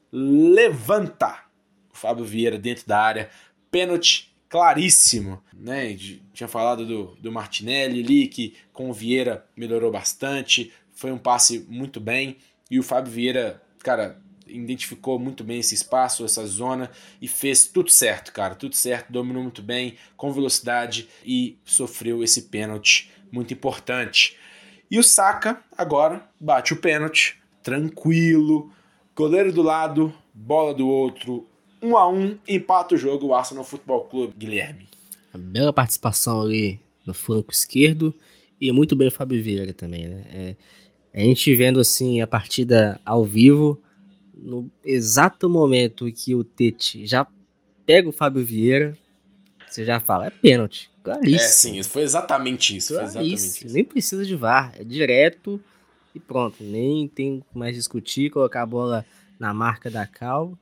levanta o Fábio Vieira dentro da área, pênalti claríssimo, né? Tinha falado do, do Martinelli ali, que com o Vieira melhorou bastante, foi um passe muito bem, e o Fábio Vieira, cara, identificou muito bem esse espaço, essa zona, e fez tudo certo, cara, tudo certo, dominou muito bem, com velocidade, e sofreu esse pênalti muito importante. E o Saka agora bate o pênalti, tranquilo, goleiro do lado, bola do outro, um a um, empata o jogo, o Arsenal Futebol Clube, Guilherme. Uma bela participação ali no flanco esquerdo, e muito bem o Fábio Vieira também, né? É, a gente vendo assim a partida ao vivo, no exato momento em que o Tete já pega o Fábio Vieira, você já fala, é pênalti, claríssimo. É, sim, foi exatamente isso. Foi exatamente isso. Nem precisa de V A R, é direto e pronto. Nem tem mais discutir, colocar a bola na marca da Cal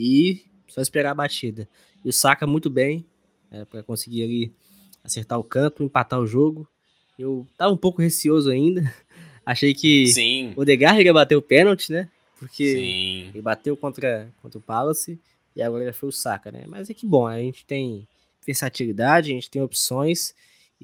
e só esperar a batida. E o Saka muito bem, é, para conseguir ali acertar o canto, empatar o jogo. Eu tava um pouco receoso ainda, achei que sim. o Odegaard ia bater o pênalti, né? Porque sim. ele bateu contra, contra o Palace e agora já foi o Saka, né? Mas é que bom, a gente tem versatilidade, a gente tem opções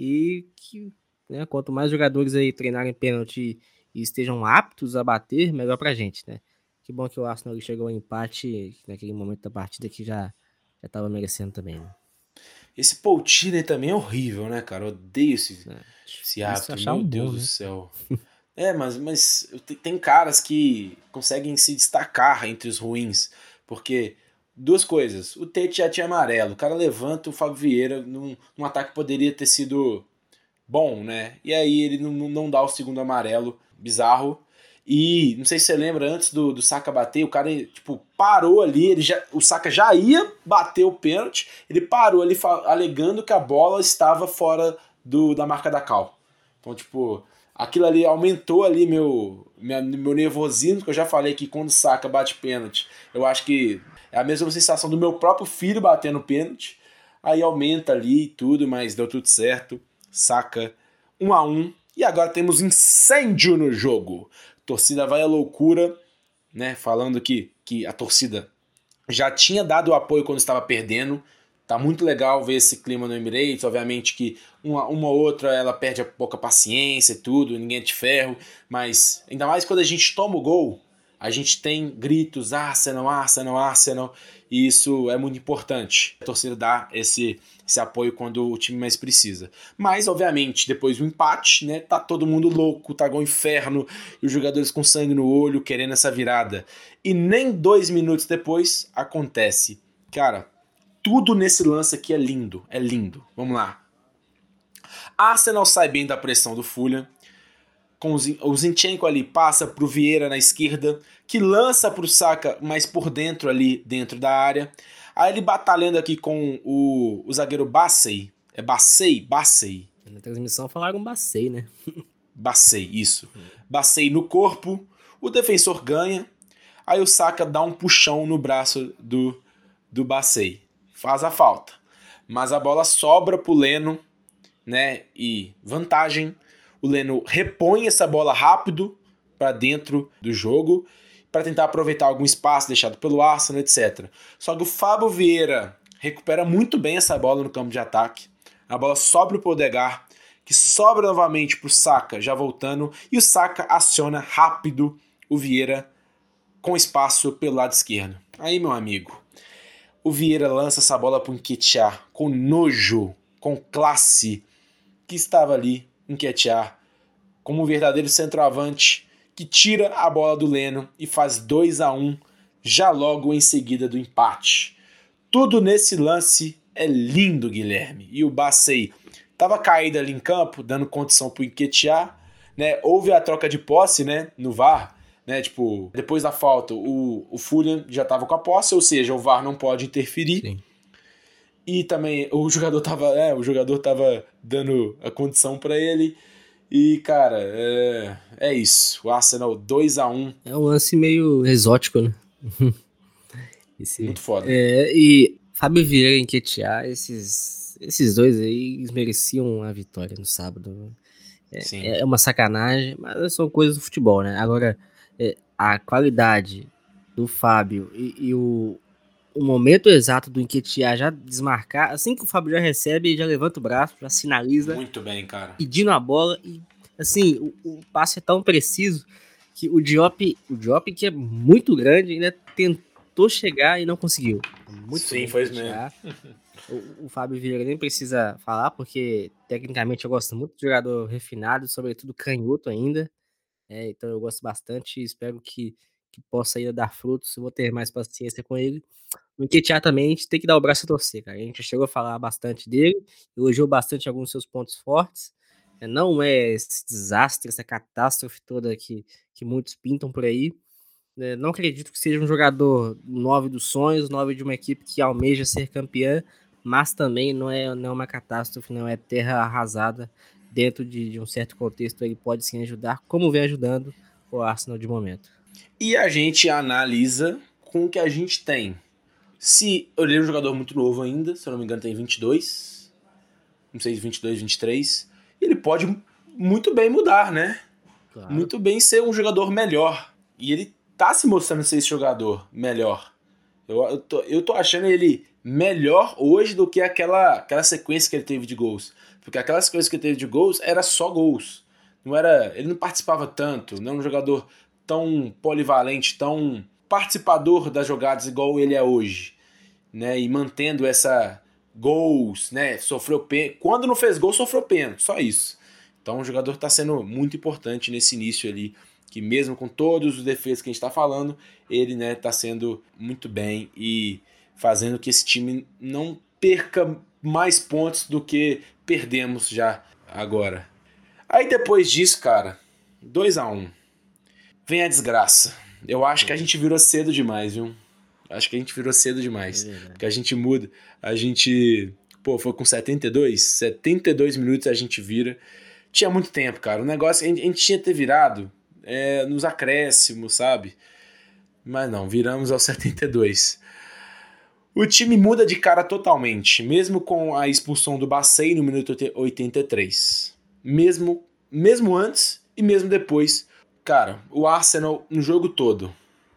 e que, né, quanto mais jogadores aí treinarem pênalti e estejam aptos a bater, melhor pra gente, né? Que bom que o Arsenal chegou ao empate naquele momento da partida que já, já tava merecendo também, né? Esse Paul Tierney também é horrível, né, cara? Eu odeio esse, É, esse árbitro, meu um Deus bom, do né? céu. É, mas, mas tem caras que conseguem se destacar entre os ruins, porque duas coisas, o Tete já tinha amarelo, o cara levanta o Fábio Vieira num, num ataque que poderia ter sido bom, né? E aí ele não, não dá o segundo amarelo, bizarro. E não sei se você lembra, antes do, do Saka bater, o cara tipo, parou ali, ele já, o Saka já ia bater o pênalti, ele parou ali alegando que a bola estava fora do, da marca da Cal. Então, tipo, aquilo ali aumentou ali meu, meu, meu nervosismo, que eu já falei que quando o Saka bate pênalti, eu acho que é a mesma sensação do meu próprio filho batendo pênalti. Aí aumenta ali e tudo, mas deu tudo certo. Saka um a um. E agora temos incêndio no jogo. A torcida vai à loucura, né? Falando que, que a torcida já tinha dado o apoio quando estava perdendo. Tá muito legal ver esse clima no Emirates. Obviamente que uma, uma ou outra ela perde a pouca paciência e tudo, ninguém é de ferro. Mas ainda mais quando a gente toma o gol, a gente tem gritos, Arsenal, Arsenal, Arsenal. E isso é muito importante. A torcida dá esse, esse apoio quando o time mais precisa. Mas, obviamente, depois do empate, né, tá todo mundo louco, tá igual um inferno, e os jogadores com sangue no olho, querendo essa virada. E nem dois minutos depois, acontece. Cara, tudo nesse lance aqui é lindo, é lindo. Vamos lá. Arsenal sai bem da pressão do Fulham. Com o Zinchenko ali, passa pro Vieira na esquerda, que lança pro Saka, mas por dentro ali, dentro da área. Aí ele batalhando aqui com o, o zagueiro Bassey. É Bassey? Bassey. Na transmissão falaram Bassey, né? Bassey, isso. Bassey no corpo, o defensor ganha, aí o Saka dá um puxão no braço do, do Bassey. Faz a falta. Mas a bola sobra pro Leno, né? E vantagem. O Leno repõe essa bola rápido para dentro do jogo para tentar aproveitar algum espaço deixado pelo Arsenal, etcétera. Só que o Fábio Vieira recupera muito bem essa bola no campo de ataque. A bola sobra para o Odegaard, que sobra novamente para o Saka, já voltando, e o Saka aciona rápido o Vieira com espaço pelo lado esquerdo. Aí, meu amigo, o Vieira lança essa bola pro Nketiah com nojo, com classe, que estava ali, Nketiah, como um verdadeiro centroavante, que tira a bola do Leno e faz dois a um, já logo em seguida do empate. Tudo nesse lance é lindo, Guilherme. E o Bassey estava caído ali em campo, dando condição pro Nketiah, né? Houve a troca de posse, né, no V A R, né? Tipo, depois da falta, o, o Fulham já estava com a posse, ou seja, o V A R não pode interferir. Sim. E também o jogador tava, é, o jogador tava dando a condição para ele. E, cara, é, é isso. O Arsenal dois a um. É um lance meio exótico, né? Esse, Muito foda. É, e Fábio Vieira e Nketiah, esses, esses dois aí, eles mereciam a vitória no sábado. É, é uma sacanagem, mas são coisas do futebol, né? Agora, é, a qualidade do Fábio e, e o, o momento exato do Nketiah já desmarcar, assim que o Fábio já recebe, ele já levanta o braço, já sinaliza. Muito bem, cara. Pedindo a bola. E, assim, o, o passe é tão preciso que o Diop, o Diop, que é muito grande, ainda tentou chegar e não conseguiu. Muito Sim, foi isso mesmo. O, o Fábio Vieira nem precisa falar, porque tecnicamente eu gosto muito de jogador refinado, sobretudo canhoto ainda. É, então eu gosto bastante e espero que, que possa ainda dar frutos. Eu vou ter mais paciência com ele. O Nketiah também, a gente tem que dar o braço a torcer, cara. A gente chegou a falar bastante dele, elogiou bastante alguns dos seus pontos fortes. É, não é esse desastre, essa catástrofe toda que, que muitos pintam por aí. É, não acredito que seja um jogador nove dos sonhos, nove de uma equipe que almeja ser campeã, mas também não é, não é uma catástrofe, não é terra arrasada. Dentro de, de um certo contexto, ele pode sim ajudar, como vem ajudando o Arsenal de momento. E a gente analisa com o que a gente tem. Se ele é um jogador muito novo ainda, se eu não me engano tem vinte e dois, não sei, vinte e dois, vinte e três, ele pode muito bem mudar, né? Claro. Muito bem ser um jogador melhor. E ele tá se mostrando ser esse jogador melhor. Eu, eu, tô, eu tô achando ele melhor hoje do que aquela, aquela sequência que ele teve de gols. Porque aquela sequência que ele teve de gols era só gols. Não era, ele não participava tanto, não era um jogador tão polivalente, tão participador das jogadas igual ele é hoje, né? E mantendo essa gols, né? Sofreu pênalti. Quando não fez gol, sofreu pênalti, só isso. Então o jogador está sendo muito importante nesse início ali, que mesmo com todos os defeitos que a gente está falando, ele, né, tá sendo muito bem e fazendo que esse time não perca mais pontos do que perdemos já agora. Aí depois disso, cara, dois a um. Vem a desgraça. Eu acho que a gente virou cedo demais, viu? Acho que a gente virou cedo demais. É, porque a gente muda. A gente... Pô, foi com setenta e dois? setenta e dois minutos a gente vira. Tinha muito tempo, cara. O negócio... A gente, a gente tinha que ter virado é, nos acréscimos, sabe? Mas não, viramos aos setenta e dois. O time muda de cara totalmente. Mesmo com a expulsão do Bassey no minuto oitenta e três. Mesmo, mesmo antes e mesmo depois... Cara, o Arsenal no jogo todo,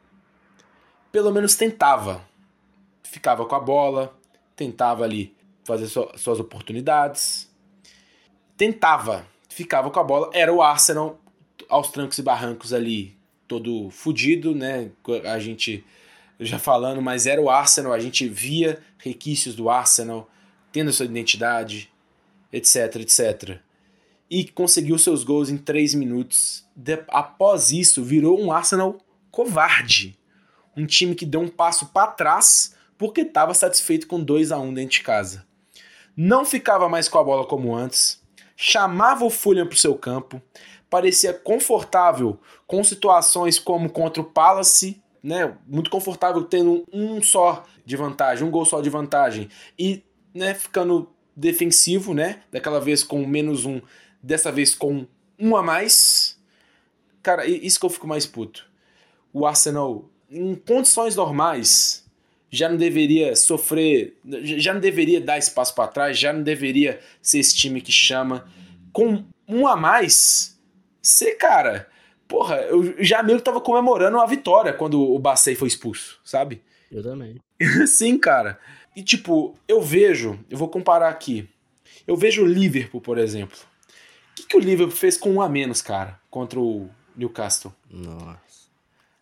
pelo menos tentava. Ficava com a bola, tentava ali fazer suas oportunidades. Tentava, ficava com a bola. Era o Arsenal aos trancos e barrancos ali, todo fudido, né? A gente já falando, mas era o Arsenal. A gente via requisitos do Arsenal, tendo sua identidade, etc, etcétera. E conseguiu seus gols em três minutos. De, após isso, virou um Arsenal covarde. Um time que deu um passo para trás porque estava satisfeito com dois a um dentro de casa. Não ficava mais com a bola como antes. Chamava o Fulham para o seu campo. Parecia confortável com situações como contra o Palace. Né? Muito confortável tendo um só de vantagem, um gol só de vantagem. E, né, ficando defensivo, né? Daquela vez com menos um. Dessa vez com um a mais. Cara, isso que eu fico mais puto. O Arsenal, em condições normais, já não deveria sofrer, já não deveria dar espaço para trás, já não deveria ser esse time que chama. Com um a mais, você, cara, porra, eu já meio que tava comemorando a vitória quando o Bassey foi expulso, sabe? Eu também. Sim, cara. E tipo, eu vejo, eu vou comparar aqui, eu vejo o Liverpool, por exemplo. O que, que o Liverpool fez com um a menos, cara, contra o Newcastle? Nossa.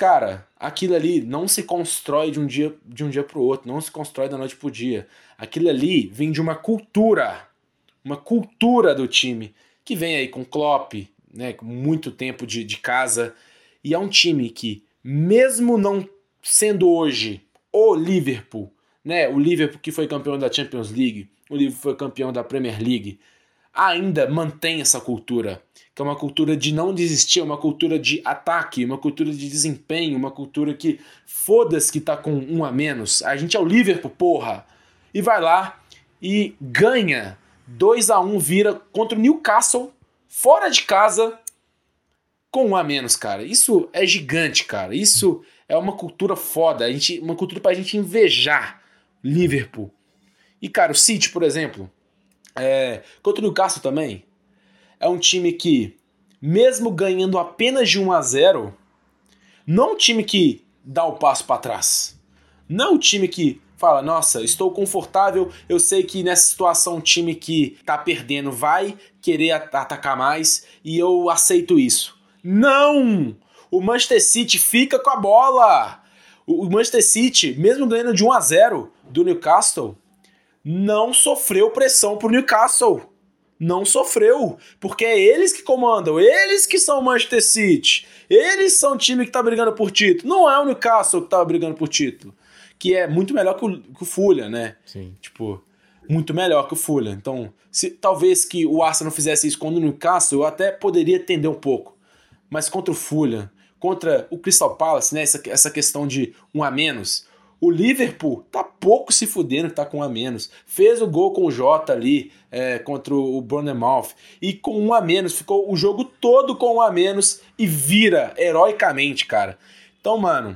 cara, aquilo ali não se constrói de um dia de um dia pro outro, não se constrói da noite pro dia. Aquilo ali vem de uma cultura, uma cultura do time, que vem aí com Klopp, né, com muito tempo de, de casa, e é um time que, mesmo não sendo hoje o Liverpool, né, o Liverpool que foi campeão da Champions League, o Liverpool foi campeão da Premier League, ainda mantém essa cultura, que é uma cultura de não desistir, uma cultura de ataque, uma cultura de desempenho, uma cultura que foda-se que tá com um a menos, a gente é o Liverpool, porra, e vai lá e ganha dois a um, vira contra o Newcastle, fora de casa, com um a menos, cara. Isso é gigante, cara. Isso é uma cultura foda, a gente, uma cultura pra gente invejar Liverpool. E, cara, o City, por exemplo, é, contra o Newcastle também, é um time que, mesmo ganhando apenas de um a zero, não é um time que dá o passo pra trás. Não é um time que fala, nossa, estou confortável, eu sei que nessa situação um time que tá perdendo vai querer atacar mais e eu aceito isso. Não! O Manchester City fica com a bola! O Manchester City, mesmo ganhando de um a zero do Newcastle, não sofreu pressão pro Newcastle. Não sofreu, porque é eles que comandam, eles que são o Manchester City, eles são o time que tá brigando por título, não é o Newcastle que tá brigando por título, que é muito melhor que o, que o Fulham, né? Sim. Tipo, muito melhor que o Fulham. Então, se, talvez que o Arsenal fizesse isso contra o Newcastle, eu até poderia entender um pouco, mas contra o Fulham, contra o Crystal Palace, né, essa, essa questão de um a menos, o Liverpool tá pouco se fudendo que tá com um a menos. Fez o gol com o Jota ali é, contra o Bournemouth. E com um a menos, ficou o jogo todo com um a menos e vira heroicamente, cara. Então, mano,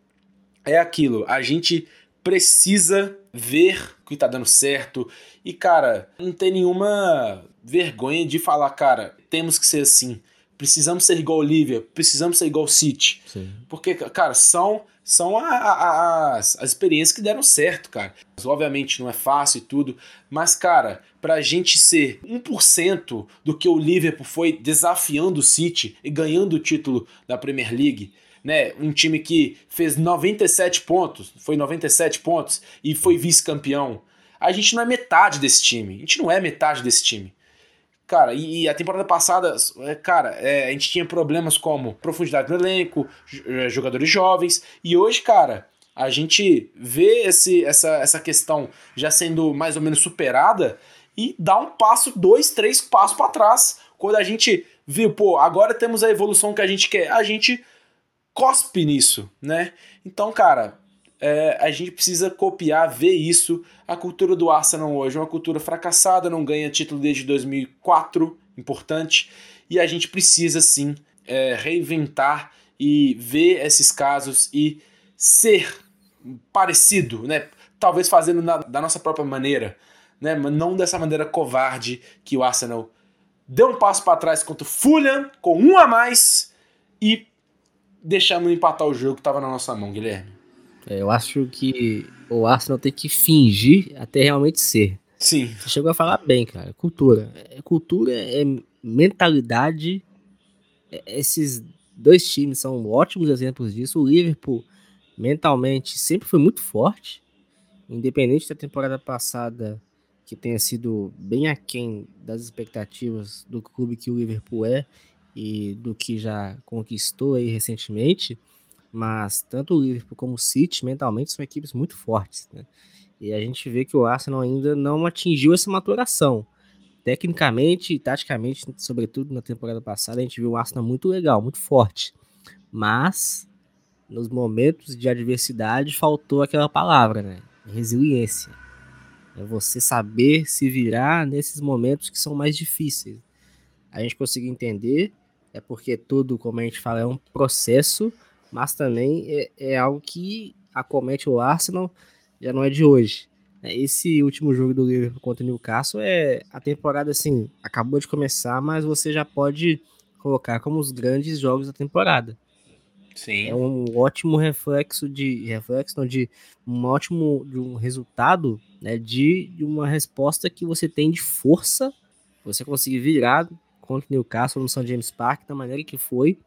é aquilo. A gente precisa ver o que tá dando certo. E, cara, não tem nenhuma vergonha de falar, cara, temos que ser assim. Precisamos ser igual o Liverpool, precisamos ser igual o City. Sim. Porque, cara, são, são a, a, as, as experiências que deram certo, cara. Obviamente não é fácil e tudo, mas, cara, pra gente ser um por cento do que o Liverpool foi desafiando o City e ganhando o título da Premier League, né? Um time que fez noventa e sete pontos, foi noventa e sete pontos e foi vice-campeão. A gente não é metade desse time, a gente não é metade desse time. Cara, e, e a temporada passada, cara, é, a gente tinha problemas como profundidade no elenco, jogadores jovens, e hoje, cara, a gente vê esse, essa, essa questão já sendo mais ou menos superada e dá um passo, dois, três passos para trás. Quando a gente viu, pô, agora temos a evolução que a gente quer, a gente cospe nisso, né? Então, cara, é, a gente precisa copiar, ver isso. A cultura do Arsenal hoje é uma cultura fracassada, não ganha título desde dois mil e quatro, importante, e a gente precisa sim é, reinventar e ver esses casos e ser parecido, né? Talvez fazendo na, da nossa própria maneira, né? Mas não dessa maneira covarde que o Arsenal deu um passo para trás contra o Fulham com um a mais e deixamos empatar o jogo que estava na nossa mão, Guilherme. É, eu acho que o Arsenal tem que fingir até realmente ser. Sim. Você chegou a falar bem, cara. Cultura. É, cultura é mentalidade. É, esses dois times são ótimos exemplos disso. O Liverpool, mentalmente, sempre foi muito forte. Independente da temporada passada, que tenha sido bem aquém das expectativas do clube que o Liverpool é e do que já conquistou aí recentemente. Mas tanto o Liverpool como o City, mentalmente, são equipes muito fortes, né? E a gente vê que o Arsenal ainda não atingiu essa maturação. Tecnicamente e taticamente, sobretudo na temporada passada, a gente viu o Arsenal muito legal, muito forte. Mas, nos momentos de adversidade, faltou aquela palavra, né? Resiliência. É você saber se virar nesses momentos que são mais difíceis. A gente conseguiu entender, é porque tudo, como a gente fala, é um processo, mas também é, é algo que acomete o Arsenal, já não é de hoje. Esse último jogo do Liverpool contra o Newcastle é a temporada, assim, acabou de começar, mas você já pode colocar como os grandes jogos da temporada. Sim. É um ótimo reflexo de reflexo, não, de um ótimo de um resultado, né, de, de uma resposta que você tem de força, você conseguir virar contra o Newcastle no St James Park da maneira que foi.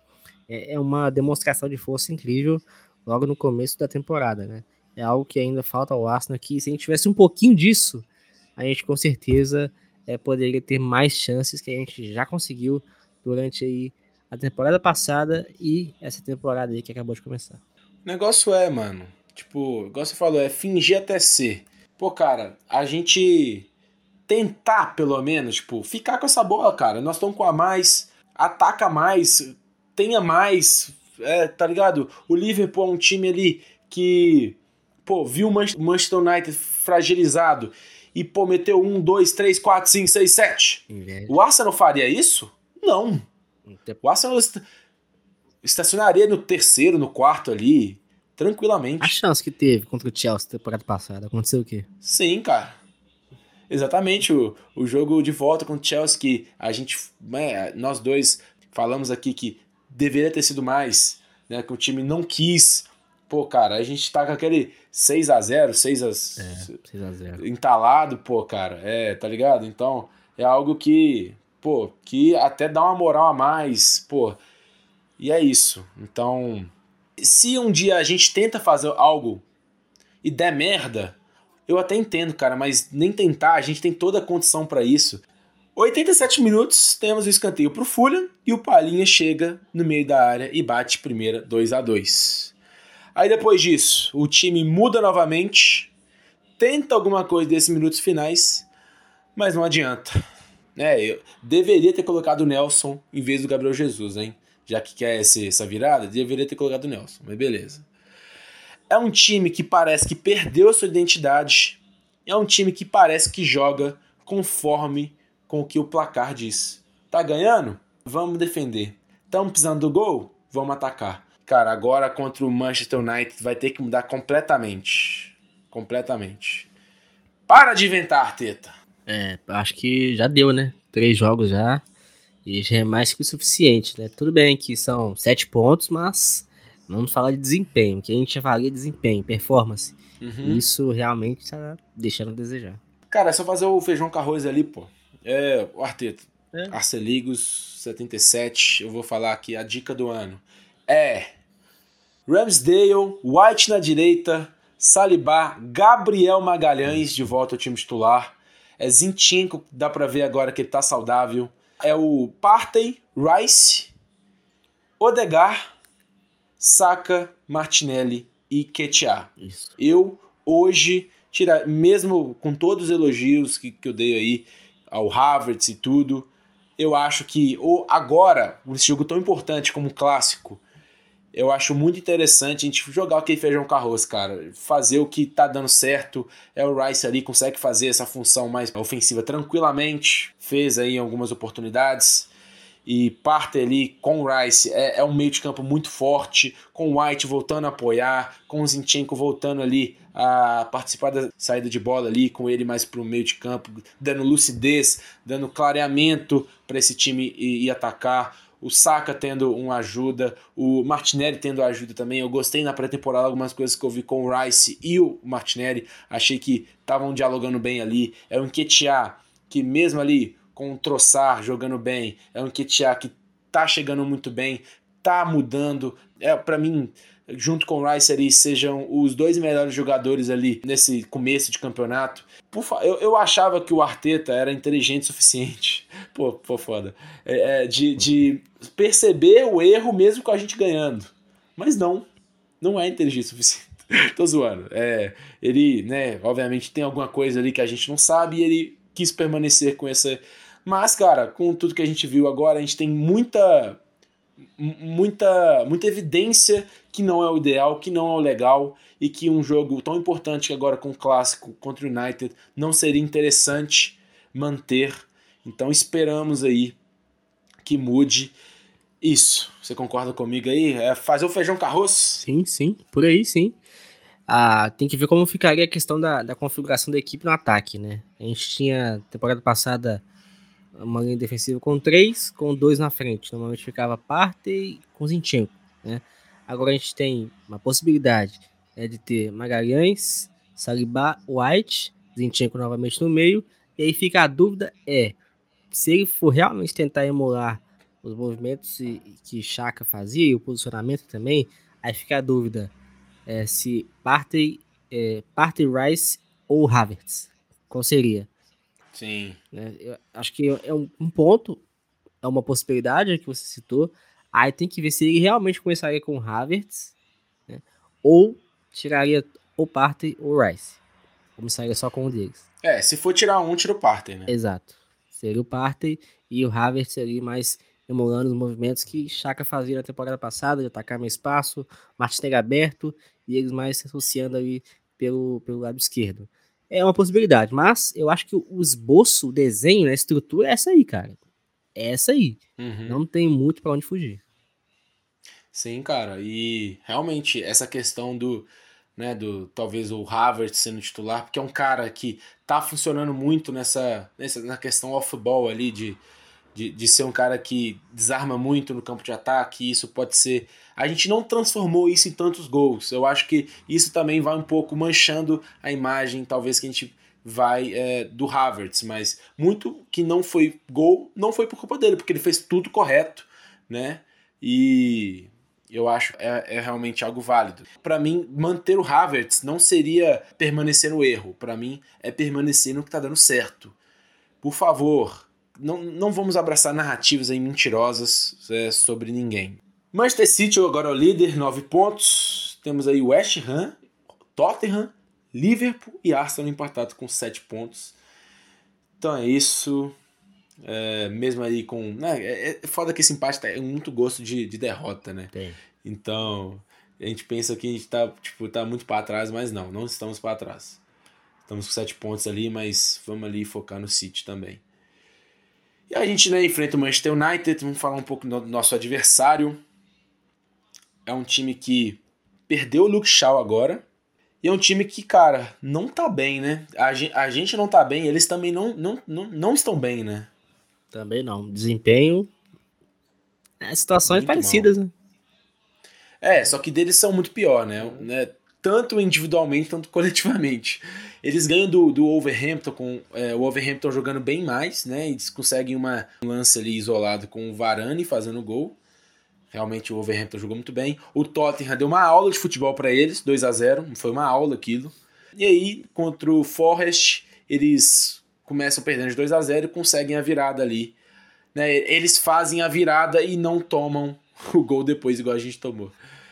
é, é uma demonstração de força incrível logo no começo da temporada, né? É algo que ainda falta ao Arsenal, que se a gente tivesse um pouquinho disso, a gente com certeza é, poderia ter mais chances que a gente já conseguiu durante aí a temporada passada e essa temporada aí que acabou de começar. O negócio é, mano, tipo, igual você falou, é fingir até ser. Pô, cara, a gente tentar, pelo menos, tipo, ficar com essa bola, cara. Nós estamos com a mais, ataca mais, tenha mais, é, tá ligado? O Liverpool é um time ali que, pô, viu o Manchester United fragilizado e, pô, meteu um, dois, três, quatro, cinco, seis, sete. O Arsenal faria isso? Não. O Arsenal estacionaria no terceiro, no quarto ali, tranquilamente. A chance que teve contra o Chelsea temporada passada, aconteceu o quê? Sim, cara. Exatamente, o, o jogo de volta com o Chelsea, que a gente, né, nós dois falamos aqui que deveria ter sido mais, né, que o time não quis. Pô, cara, a gente tá com aquele seis a zero, seis a zero entalado, pô, cara, é, tá ligado? Então, é algo que, pô, que até dá uma moral a mais, pô, e é isso. Então, se um dia a gente tenta fazer algo e der merda, eu até entendo, cara, mas nem tentar, a gente tem toda a condição pra isso. oitenta e sete minutos, temos o escanteio pro Fulham e o Palhinha chega no meio da área e bate primeira dois a dois. Aí depois disso, o time muda novamente, tenta alguma coisa desses minutos finais, mas não adianta. É, eu deveria ter colocado o Nelson em vez do Gabriel Jesus, hein? Já que quer esse, essa virada, deveria ter colocado o Nelson, mas beleza. É um time que parece que perdeu a sua identidade. É um time que parece que joga conforme com o que o placar diz. Tá ganhando? Vamos defender. Estamos precisando do gol? Vamos atacar. Cara, agora contra o Manchester United vai ter que mudar completamente. Completamente. Para de inventar, Arteta. É, acho que já deu, né? Três jogos já. E já é mais que o suficiente, né? Tudo bem que são sete pontos, mas... Vamos falar de desempenho, que a gente já falaria de desempenho, performance. Uhum. Isso realmente está deixando a desejar. Cara, é só fazer o feijão com arroz ali, pô. É, o Arteta. É. Arceligos setenta e sete, eu vou falar aqui a dica do ano. É Ramsdale, White na direita, Saliba, Gabriel Magalhães de volta ao time titular. É Zinchenko, dá pra ver agora que ele tá saudável. É o Partey, Rice, Odegaard, Saka, Martinelli e Ketia. Isso. Eu, hoje, tira, mesmo com todos os elogios que, que eu dei aí ao Havertz e tudo, eu acho que ou agora, nesse jogo tão importante como um clássico, eu acho muito interessante a gente jogar aquele feijão com arroz, cara. Fazer o que tá dando certo. É o Rice ali, consegue fazer essa função mais ofensiva tranquilamente. Fez aí algumas oportunidades. E parte ali com o Rice é, é um meio de campo muito forte, com o White voltando a apoiar, com o Zinchenko voltando ali a participar da saída de bola ali, com ele mais para o meio de campo, dando lucidez, dando clareamento para esse time ir, ir atacar. O Saka tendo uma ajuda, o Martinelli tendo ajuda também. Eu gostei na pré-temporada algumas coisas que eu vi com o Rice e o Martinelli, achei que estavam dialogando bem ali. É o Nketiah, que mesmo ali com o Trossard jogando bem, é um Nketiah que tá chegando muito bem, tá mudando, é para mim, junto com o Rice ali, sejam os dois melhores jogadores ali nesse começo de campeonato. Eu, eu achava que o Arteta era inteligente o suficiente, pô, pô foda, é, é, de, de perceber o erro mesmo com a gente ganhando, mas não, não é inteligente o suficiente. Tô zoando, é, ele, né, obviamente tem alguma coisa ali que a gente não sabe e ele quis permanecer com essa. Mas, cara, com tudo que a gente viu agora, a gente tem muita, muita, muita evidência que não é o ideal, que não é o legal e que um jogo tão importante agora com o clássico contra o United não seria interessante manter. Então esperamos aí que mude isso. Você concorda comigo aí? É fazer o feijão com arroz? Sim, sim, por aí sim. Ah, tem que ver como ficaria a questão da, da configuração da equipe no ataque, né? A gente tinha, temporada passada, uma linha defensiva com três, com dois na frente. Normalmente ficava Partey com Zinchenko, né? Agora a gente tem uma possibilidade é, de ter Magalhães, Saliba, White, Zinchenko novamente no meio. E aí fica a dúvida é, se ele for realmente tentar emular os movimentos que Xhaka fazia e o posicionamento também, aí fica a dúvida é, se Partey, é, Partey, Rice ou Havertz, qual seria? Sim. Né? Eu acho que é um, um ponto, é uma possibilidade que você citou, aí tem que ver se ele realmente começaria com Havertz, né? Ou tiraria ou Partey ou Rice, começaria só com um deles. É, se for tirar um, tira o Partey, né? Exato. Seria o Partey e o Havertz ali mais emulando os movimentos que Xhaka fazia na temporada passada, de atacar mais espaço, Martinelli aberto e eles mais se associando ali pelo, pelo lado esquerdo. É uma possibilidade, mas eu acho que o esboço, o desenho, né, a estrutura é essa aí, cara. É essa aí. Uhum. Não tem muito pra onde fugir. Sim, cara. E realmente essa questão do, né, do talvez o Havertz sendo titular, porque é um cara que tá funcionando muito nessa, nessa na questão off-ball ali de, de, de ser um cara que desarma muito no campo de ataque. Isso pode ser. A gente não transformou isso em tantos gols. Eu acho que isso também vai um pouco manchando a imagem, talvez que a gente vai é, do Havertz, mas muito que não foi gol não foi por culpa dele, porque ele fez tudo correto, né? E eu acho é, é realmente algo válido. Para mim, manter o Havertz não seria permanecer no erro. Para mim, é permanecer no que tá dando certo. Por favor, não, não vamos abraçar narrativas aí mentirosas é, sobre ninguém. Manchester City agora é o líder, nove pontos. Temos aí West Ham, Tottenham, Liverpool e Arsenal empatado com sete pontos. Então é isso. É, mesmo aí com... Né, é, é foda que esse empate tá, é muito gosto de, de derrota, né? Tem. Então, a gente pensa que a gente tá, tipo, tá muito para trás, mas não, não estamos para trás. Estamos com sete pontos ali, mas vamos ali focar no City também. E a gente, né, enfrenta o Manchester United, vamos falar um pouco do nosso adversário. É um time que perdeu o Luke Shaw agora. E é um time que, cara, não tá bem, né? A gente, a gente não tá bem, eles também não, não, não, não estão bem, né? Também não. Desempenho. É, situações Muito mal. parecidas, né? É, só que deles são muito pior, né? né? Tanto individualmente, tanto coletivamente. Eles ganham do, do Wolverhampton, com é, o Wolverhampton jogando bem mais, né? Eles conseguem uma, um lance ali isolado com o Varane fazendo gol. Realmente o Wolverhampton jogou muito bem. O Tottenham deu uma aula de futebol para eles, dois a zero, foi uma aula aquilo. E aí, contra o Forest, eles começam perdendo de dois a zero e conseguem a virada ali. Né? Eles fazem a virada e não tomam o gol depois, igual a gente tomou.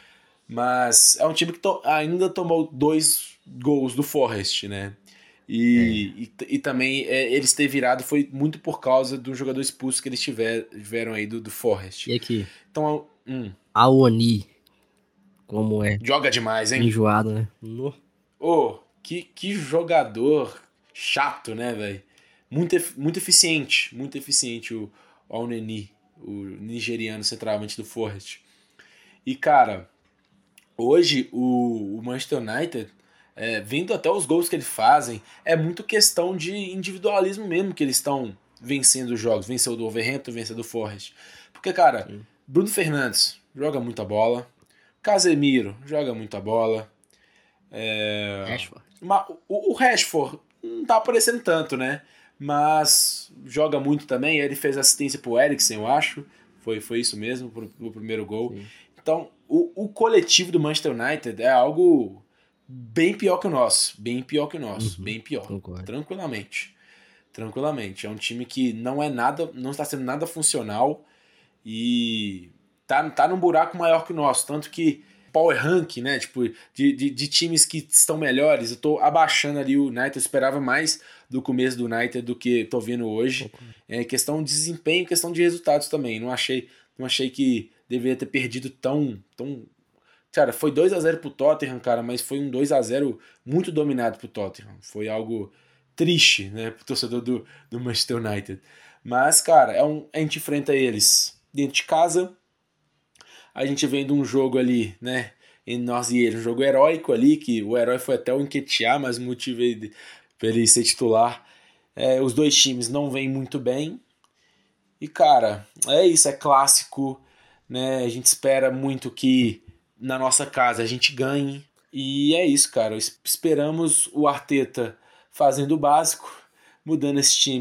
Mas é um time que to- ainda tomou dois gols do Forest, né? E, é. e, e também é, eles ter virado foi muito por causa do jogador expulso que eles tiver, tiveram aí do, do Forest. E aqui? Então, hum, Awoni, como é joga demais, hein? enjoado, né? No. Ô, oh, que, que jogador chato, né, velho? Muito, muito eficiente, muito eficiente o Awoni, o nigeriano centralmente do Forest. E, cara, hoje o, o Manchester United, é, vendo até os gols que eles fazem, é muito questão de individualismo mesmo que eles estão vencendo os jogos. Venceu do Wolverhampton, venceu do Forest. Porque, cara, Sim. Bruno Fernandes joga muita bola, Casemiro joga muita bola, é, Rashford. o, o Rashford não tá aparecendo tanto, né? Mas joga muito também. Ele fez assistência pro Eriksen, eu acho. Foi, foi isso mesmo, pro, pro primeiro gol. Sim. Então, o, o coletivo do Manchester United é algo bem pior que o nosso. Bem pior que o nosso. Uhum, bem pior. Concordo. Tranquilamente. Tranquilamente. É um time que não é nada, não está sendo nada funcional e tá, tá num buraco maior que o nosso. Tanto que power rank, né? Tipo, de, de, de times que estão melhores, eu tô abaixando ali o United. Eu esperava mais do começo do United do que tô vendo hoje. É questão de desempenho, questão de resultados também. Não achei, não achei que deveria ter perdido tão, tão... Cara, foi dois a zero pro Tottenham, cara, mas foi um dois a zero muito dominado pro Tottenham. Foi algo triste, né, pro torcedor do, do Manchester United. Mas, cara, é um, a gente enfrenta eles dentro de casa. A gente vem de um jogo ali, né, em nós e eles, um jogo heróico ali, que o herói foi até o Nketiah, mas o motivo para ele ser titular. É, os dois times não vêm muito bem. E, cara, é isso, é clássico, né? A gente espera muito que na nossa casa a gente ganhe. E é isso, cara. Esperamos o Arteta fazendo o básico, mudando esse time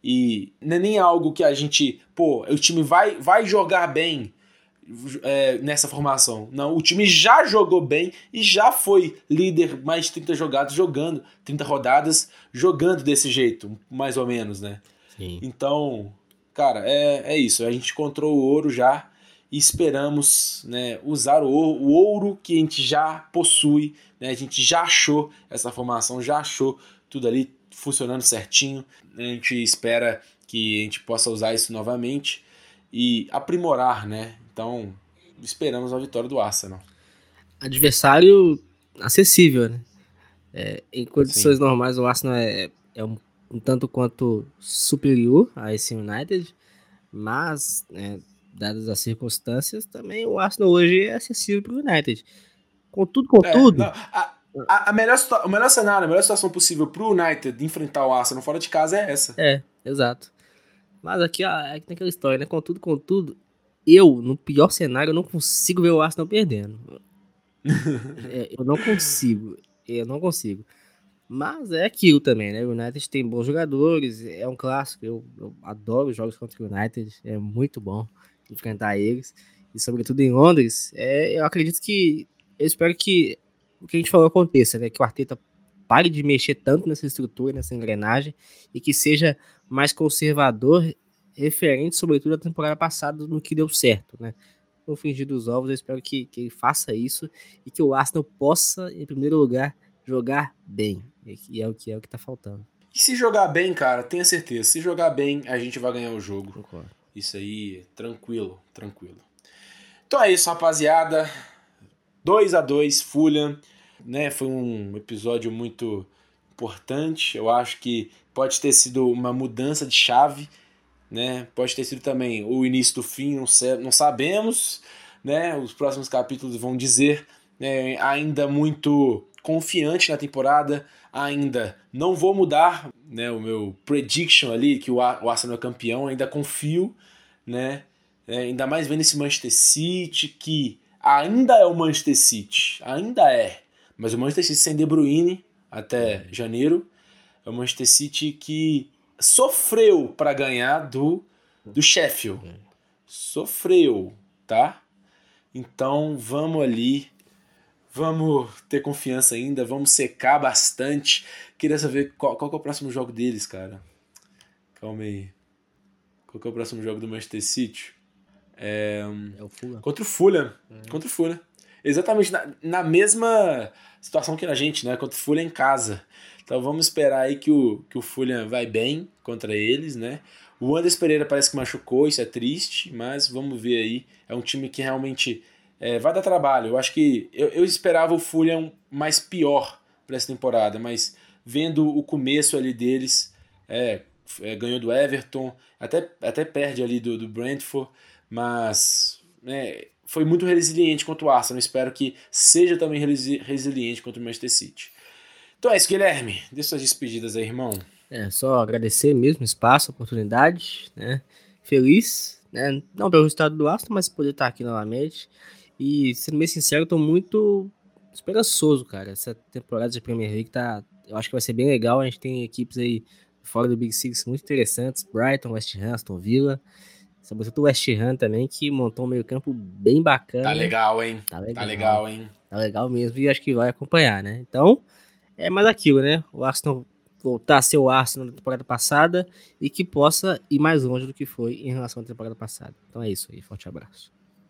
e não é nem algo que a gente, pô, o time vai, vai jogar bem é, nessa formação. Não, o time já jogou bem e já foi líder mais de trinta jogadas jogando, trinta rodadas jogando desse jeito, mais ou menos, né? Sim. Então, cara, é, é isso. A gente encontrou o ouro já e esperamos, né, usar o ouro, o ouro que a gente já possui, né? A gente já achou essa formação, já achou tudo ali funcionando certinho. A gente espera que a gente possa usar isso novamente e aprimorar, né? Então, esperamos a vitória do Arsenal. Adversário acessível, né? É, em condições Sim. normais, o Arsenal é, é um, um tanto quanto superior a esse United, mas, né, dadas as circunstâncias, também o Arsenal hoje é acessível para o United. Contudo, É, contudo... não, a, a, a melhor, o melhor cenário, a melhor situação possível pro United enfrentar o Arsenal fora de casa é essa. É, exato. Mas aqui, ó, é que tem aquela história, né? Contudo, contudo, eu, no pior cenário, eu não consigo ver o Arsenal perdendo. É, eu não consigo. Eu não consigo. Mas é aquilo também, né? O United tem bons jogadores, é um clássico. Eu, eu adoro os jogos contra o United, é muito bom enfrentar eles. E sobretudo em Londres, é, eu acredito que. Eu espero que o que a gente falou aconteça, né? Que o Arteta pare de mexer tanto nessa estrutura, nessa engrenagem, e que seja mais conservador, referente, sobretudo, à temporada passada, no que deu certo, né? No fingir dos ovos, eu espero que, que ele faça isso e que o Arsenal possa, em primeiro lugar, jogar bem, e é o que é o que tá faltando. E se jogar bem, cara, tenha certeza, se jogar bem, a gente vai ganhar o jogo. Concordo. Isso aí, tranquilo, tranquilo. Então é isso, rapaziada. dois a dois, Fulham, né? Foi um episódio muito importante. Eu acho que pode ter sido uma mudança de chave, né? Pode ter sido também o início do fim, não, sei, não sabemos, né? Os próximos capítulos vão dizer, né? Ainda muito confiante na temporada, ainda não vou mudar, né, o meu prediction ali, que o Arsenal é campeão, ainda confio, né? É, ainda mais vendo esse Manchester City, que ainda é o Manchester City, ainda é, mas o Manchester City sem De Bruyne até janeiro, é o Manchester City que sofreu para ganhar do, do Sheffield, sofreu, tá? Então vamos ali, vamos ter confiança ainda, vamos secar bastante. Queria saber qual, qual que é o próximo jogo deles, cara. Calma aí. Qual que é o próximo jogo do Manchester City? É, É o Fulham. contra o Fulham. É. Contra o Fulham. Exatamente na, na mesma situação que a gente, né? Contra o Fulham em casa. Então vamos esperar aí que o, que o Fulham vai bem contra eles, né? O Andrés Pereira parece que machucou, isso é triste, mas vamos ver aí. É um time que realmente é, vai dar trabalho. Eu acho que eu, eu esperava o Fulham mais pior para essa temporada, mas vendo o começo ali deles, é, é, ganhou do Everton, até, até perde ali do, do Brentford, mas né, foi muito resiliente contra o Arsenal. Espero que seja também resi- resiliente contra o Manchester City. Então é isso, Guilherme. Dê suas despedidas aí, irmão. É, só agradecer mesmo o espaço, a oportunidade, né? Feliz, né? Não pelo resultado do Arsenal, mas poder estar aqui novamente. E, sendo bem sincero, eu tô muito esperançoso, cara. Essa temporada de Premier League tá... Eu acho que vai ser bem legal. A gente tem equipes aí fora do Big Six muito interessantes. Brighton, West Ham, Aston Villa. Sobretudo o West Ham também, que montou um meio campo bem bacana. Tá legal, hein? Tá legal, tá legal, hein? Tá legal mesmo e acho que vai acompanhar, né? Então, é mais aquilo, né? O Arsenal voltar a ser o Arsenal da temporada passada e que possa ir mais longe do que foi em relação à temporada passada. Então é isso aí, forte abraço.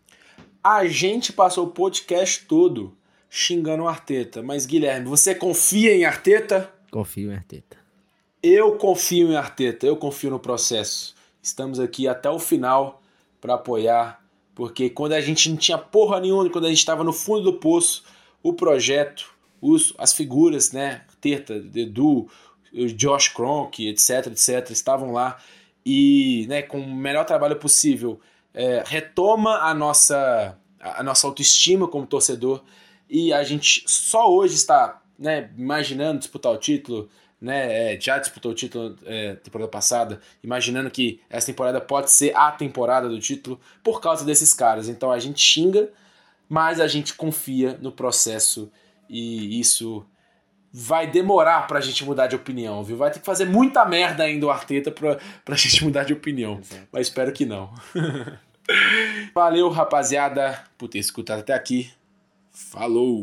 A gente passou o podcast todo xingando o Arteta, mas Guilherme, você confia em Arteta? Confio em Arteta. Eu confio em Arteta, eu confio no processo. Estamos aqui até o final para apoiar, porque quando a gente não tinha porra nenhuma, quando a gente estava no fundo do poço, o projeto, os, as figuras, né, Arteta, Edu, Josh Kroenke, etc, etc, estavam lá e, né, com o melhor trabalho possível, é, retoma a nossa, a nossa autoestima como torcedor e a gente só hoje está, né, imaginando disputar o título, né, é, já disputou o título é, temporada passada, imaginando que essa temporada pode ser a temporada do título por causa desses caras. Então a gente xinga, mas a gente confia no processo e isso vai demorar pra gente mudar de opinião, viu? Vai ter que fazer muita merda ainda o Arteta pra, pra gente mudar de opinião. Exato. Mas espero que não. Valeu, rapaziada, por ter escutado até aqui. Falou!